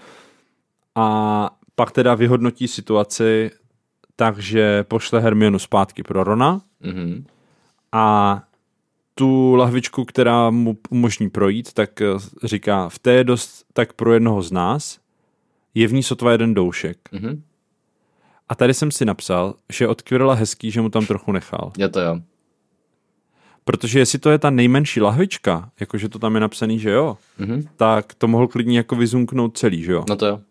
a pak teda vyhodnotí situaci, takže pošle Hermionu zpátky pro Rona a tu lahvičku, která mu umožní projít, tak říká, v té je dost tak pro jednoho z nás, je v ní sotva jeden doušek. A tady jsem si napsal, že od Quirrella hezký, že mu tam trochu nechal. Je to jo. Protože jestli to je ta nejmenší lahvička, jakože to tam je napsaný, že jo, tak to mohl klidně jako vyzunknout celý, že jo. No to jo.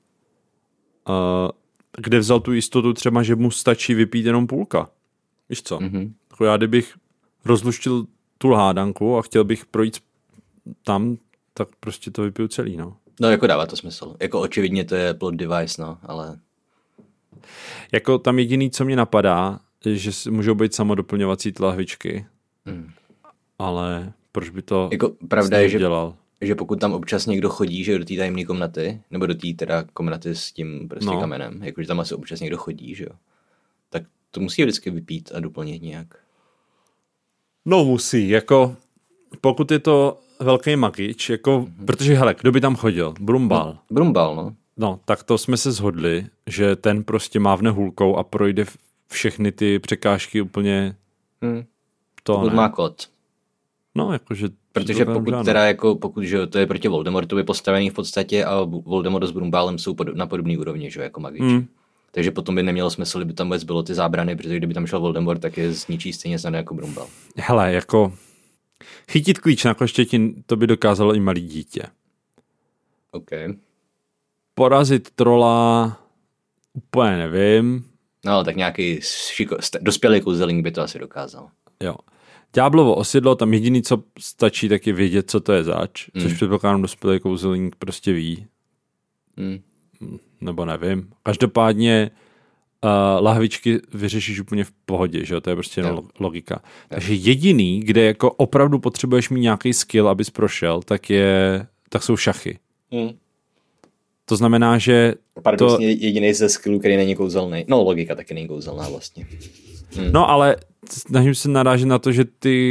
Kde vzal tu jistotu třeba, že mu stačí vypít jenom půlka. Víš co? Jako já kdybych rozluštil tu hádanku a chtěl bych projít tam, tak prostě to vypiju celý, no. No jako dává to smysl. Jako očividně to je plot device, no, ale... Jako tam jediný, co mě napadá, je, že můžou být samodoplňovací lahvičky. Ale proč by to jako pravda je, dělal? Že pokud tam občas někdo chodí, že do té tajemné komnaty, nebo do té teda komnaty s tím prostě kamenem, jakože tam asi občas někdo chodí, že jo, tak to musí vždycky vypít a doplnit nějak. No musí, jako pokud je to velký magič, jako, protože hele, kdo by tam chodil? Brumbál. No, Brumbál, no. No, tak to jsme se shodli, že ten prostě mávne hůlkou a projde všechny ty překážky úplně Pokud má kód. No, jakože... Protože pokud že to je proti Voldemortovi postavený v podstatě a Voldemort s Brumbálem jsou na podobné úrovni, že jako magiči. Takže potom by nemělo smysl, kdyby tam vůbec bylo ty zábrany, protože kdyby tam šel Voldemort, tak je zničí stejně snadno jako Brumbál. Hele, jako chytit klíč na kloštětin, to by dokázalo i malý dítě. OK. Porazit trola, úplně nevím. No, ale tak nějaký dospělý kouzelník by to asi dokázal. Jo. Ďáblovo osidlo, tam jediný, co stačí, tak je vědět, co to je zač, což předpokládám dospělý kouzelník prostě ví. nebo nevím. Každopádně lahvičky vyřešíš úplně v pohodě, že jo? To je prostě logika. Takže jediný, kde jako opravdu potřebuješ mít nějaký skill, abys prošel, tak jsou šachy. To znamená, že paradoxně jediný ze skillů, který není kouzelný. No, logika taky není kouzelná vlastně. No, ale snažím se narážet na to, že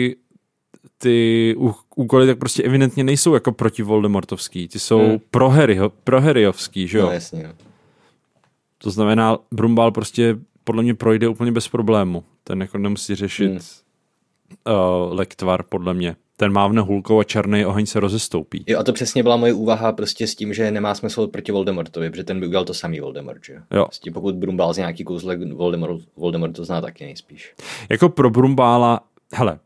ty úkoly tak prostě evidentně nejsou jako proti Voldemortovský. Ty jsou pro Harryovský, že jo? No, jasně, jo. To znamená, Brumbál prostě podle mě projde úplně bez problému. Ten jako nemusí řešit lektvar, podle mě. Ten mávne hulkou a černý oheň se rozestoupí. Jo, a to přesně byla moje úvaha prostě s tím, že nemá smysl proti Voldemortovi, protože ten by udělal to samý Voldemort, že jo? Prostě pokud Brumbál z nějaký kouzlek, Voldemort to zná taky nejspíš. Jako pro Brumbála, hele,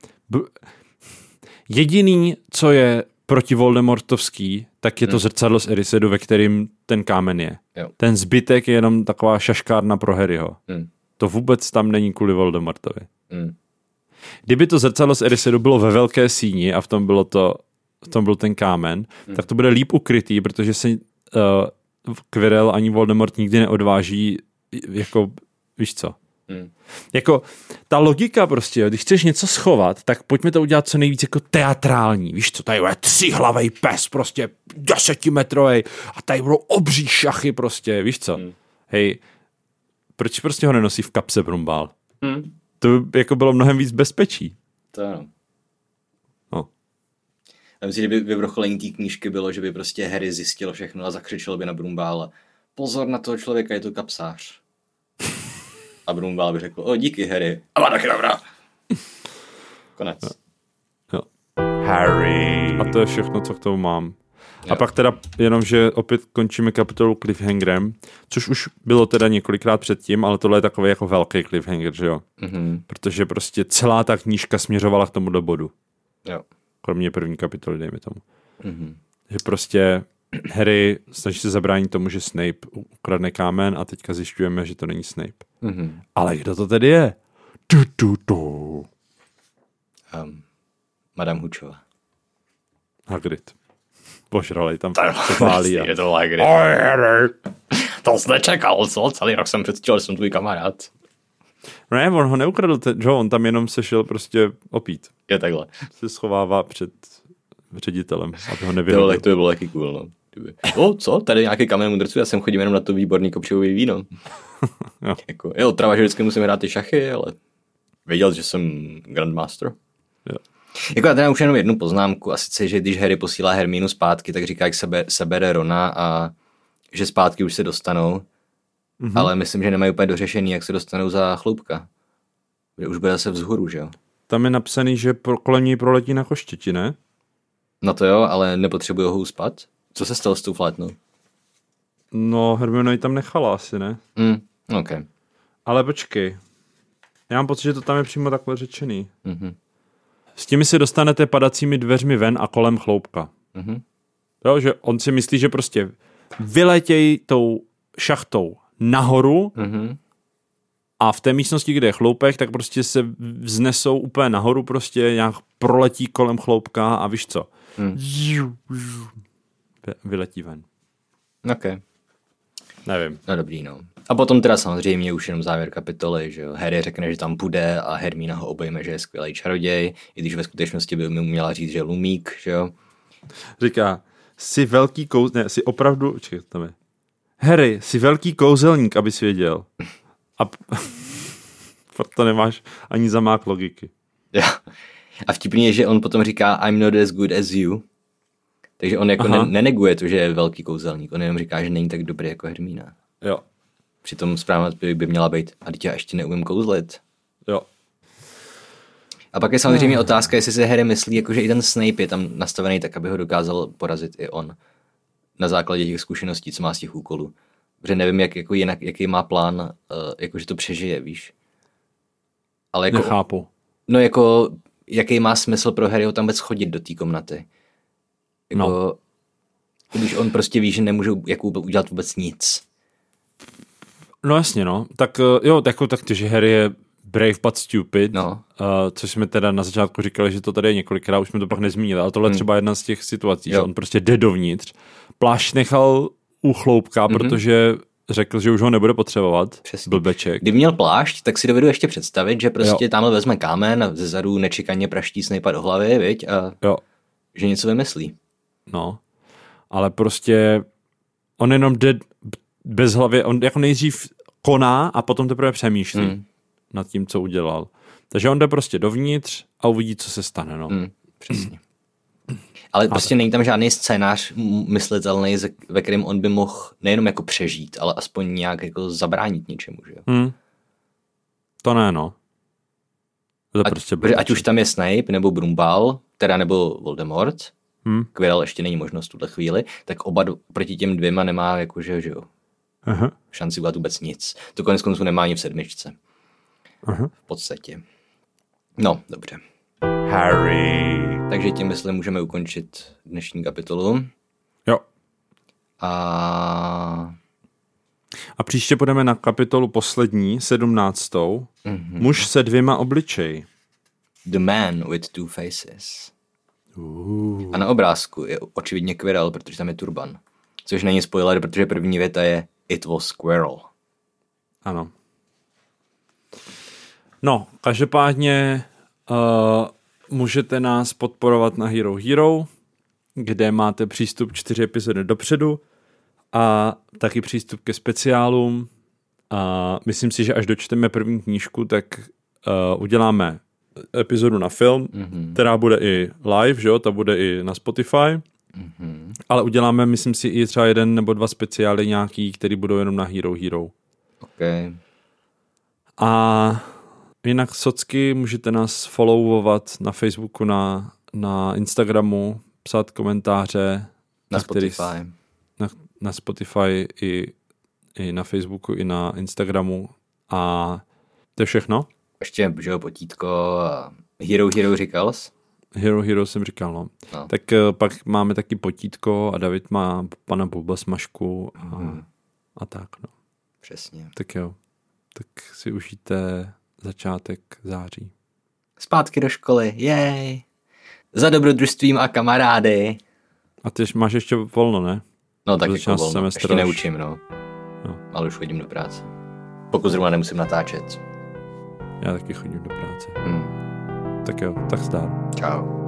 jediný, co je proti Voldemortovský, tak je to zrcadlo z Erysedu, ve kterým ten kámen je. Jo. Ten zbytek je jenom taková šaškárna pro Harryho. To vůbec tam není kvůli Voldemortovi. Kdyby to zrcadlo z Erysedu bylo ve velké síni a v tom byl ten kámen, tak to bude líp ukrytý, protože se Quirrell ani Voldemort nikdy neodváží, jako, víš co. Jako ta logika prostě, když chceš něco schovat, tak pojďme to udělat co nejvíc jako teatrální. Víš co, tady bude 3hlavej pes, prostě 10metrovej a tady budou obří šachy prostě, víš co. Hej, proč prostě ho nenosí v kapse Brumbál? To by jako bylo mnohem víc bezpečí. To ano. No. Já myslím, že by vyvrcholení té knížky bylo, že by prostě Harry zjistil všechno a zakřičel by na Brumbála. Pozor na toho člověka, je to kapsář. A Brumbál by řekl, díky Harry. A má taky dobrá. Konec. Jo. Harry. A to je všechno, co k tomu mám. A pak teda jenom, že opět končíme kapitolu cliffhangerem, což už bylo teda několikrát předtím, ale tohle je takový jako velký cliffhanger, že jo? Protože prostě celá ta knížka směřovala k tomu do bodu. Jo. Kromě první kapitoly, dejme tomu. Že prostě Harry snaží se zabránit tomu, že Snape ukradne kámen a teďka zjišťujeme, že to není Snape. Ale kdo to tedy je? Madame Hučová. Hagrid. Požralej tam se pálí. Je to Hagrid. To jsi nečekal, co? Celý rok jsem předstíval, že jsem tvůj kamarád. Ne, on ho neukradl, on tam jenom se šel prostě opít. Je takhle. Se schovává před ředitelem, aby ho nevyhodil. To by bylo taky cool, no. Co? Tady nějaký kamen mudrců, já jsem chodím jenom na to výborný kopřivový víno. Jo, trava, že vždycky musím hrát ty šachy, ale věděl, že jsem Grandmaster. Jo. Jako já teda už jenom jednu poznámku, a sice, že když Harry posílá Hermínu zpátky, tak říká, jak sebere Rona a že zpátky už se dostanou, ale myslím, že nemají úplně dořešený, jak se dostanou za chloupka. Už bude zase vzhůru, že jo? Tam je napsaný, že kolem ní proletí na koštěti, ne? No to jo, ale nepotřebuje ho uspat. Co se stalo s tou flétnou? No, Hermiona ji tam nechala asi, ne? OK. Ale počkej. Já mám pocit, že to tam je přímo takhle řečený. S těmi se dostanete padacími dveřmi ven a kolem chloupka. Jo, že on si myslí, že prostě vyletěj tou šachtou nahoru a v té místnosti, kde je chloupek, tak prostě se vznesou úplně nahoru, prostě nějak proletí kolem chloupka a víš co. Vyletí ven. OK. Nevím. No dobrý, no. A potom teda samozřejmě už jenom závěr kapitoly, že jo. Harry řekne, že tam půjde a Hermína ho obejme, že je skvělý čaroděj, i když ve skutečnosti by mu měla říct, že je lumík, že jo. Říká, jsi velký jsi opravdu, tam je. Harry, jsi velký kouzelník, abys věděl. A proto nemáš ani zamák logiky. Jo. A vtipný je, že on potom říká I'm not as good as you. Takže on jako neneguje to, že je velký kouzelník. On jenom říká, že není tak dobrý jako Hermína. Jo. Přitom správně by měla být, a teď já ještě neumím kouzlit. Jo. A pak je samozřejmě otázka, jestli se Harry myslí, jako, že i ten Snape je tam nastavený tak, aby ho dokázal porazit i on. Na základě těch zkušeností, co má z těch úkolů. Protože nevím, jaký má plán, jako, že to přežije, víš. Ale jako, nechápu. No jako, jaký má smysl pro Harryho tam vůbec chodit do té komnaty. Jako, když on prostě ví, že nemůže udělat vůbec nic. No jasně, no. Tak jo, tak že Harry je brave but stupid, což jsme teda na začátku říkali, že to tady je několikrát, už jsme to pak nezmínili, ale tohle je třeba jedna z těch situací, že on prostě jde dovnitř, plášť nechal u chloupka, protože řekl, že už ho nebude potřebovat. Přesně. Blbeček. Kdyby měl plášť, tak si dovedu ještě představit, že prostě tamhle vezme kámen a zezadu nečekaně praští Snape'a do hlavy, viď? A že něco vymyslí. No, ale prostě on jenom jde bez hlavy, on jako nejdřív koná a potom teprve přemýšlí nad tím, co udělal. Takže on jde prostě dovnitř a uvidí, co se stane, no. Přesně. Ale prostě není tam žádný scénář myslitelný, ve kterém on by mohl nejenom jako přežít, ale aspoň nějak jako zabránit něčemu, že jo? To ne, no. To prostě ať už tam je Snape, nebo Brumbál, teda nebo Voldemort, Quirrell ještě není možnost v tuhle chvíli, tak oba proti těm dvěma nemá jakože, že jo, šanci udělat vůbec nic. To konec konců nemá ani v 7. V podstatě. No, dobře. Harry. Takže tím, myslím, můžeme ukončit dnešní kapitolu. Jo. A příště půjdeme na kapitolu poslední, 17. Muž se 2 obličeji. The Man with Two Faces. A na obrázku je očividně Quirrell, protože tam je turban. Což není spoiler, protože první věta je It was Quirrell. Ano. No, každopádně můžete nás podporovat na Hero Hero, kde máte přístup 4 epizody dopředu a taky přístup ke speciálům. A myslím si, že až dočteme první knížku, tak uděláme epizodu na film, která bude i live, že jo, ta bude i na Spotify, ale uděláme, myslím si, i třeba 1 nebo 2 speciály nějaký, který budou jenom na Hero Hero. Okay. A jinak socky můžete nás followovat na Facebooku, na Instagramu, psát komentáře. Na Spotify. Na Spotify i na Facebooku, i na Instagramu. A to je všechno. Ještě, že jo, potítko a Hero říkal jsi? Hero jsem říkal, no. Tak pak máme taky potítko a David má pana Bubla Smažku a tak, no. Přesně. Tak jo. Tak si užijte začátek září. Zpátky do školy, jej! Za dobrodružstvím a kamarády. A ty máš ještě volno, ne? No tak jako volno, ještě neučím, no. Ale už chodím do práce. Pokud zrovna nemusím natáčet. Já taky chodím do práce. Tak jo, tak zdár. Čau.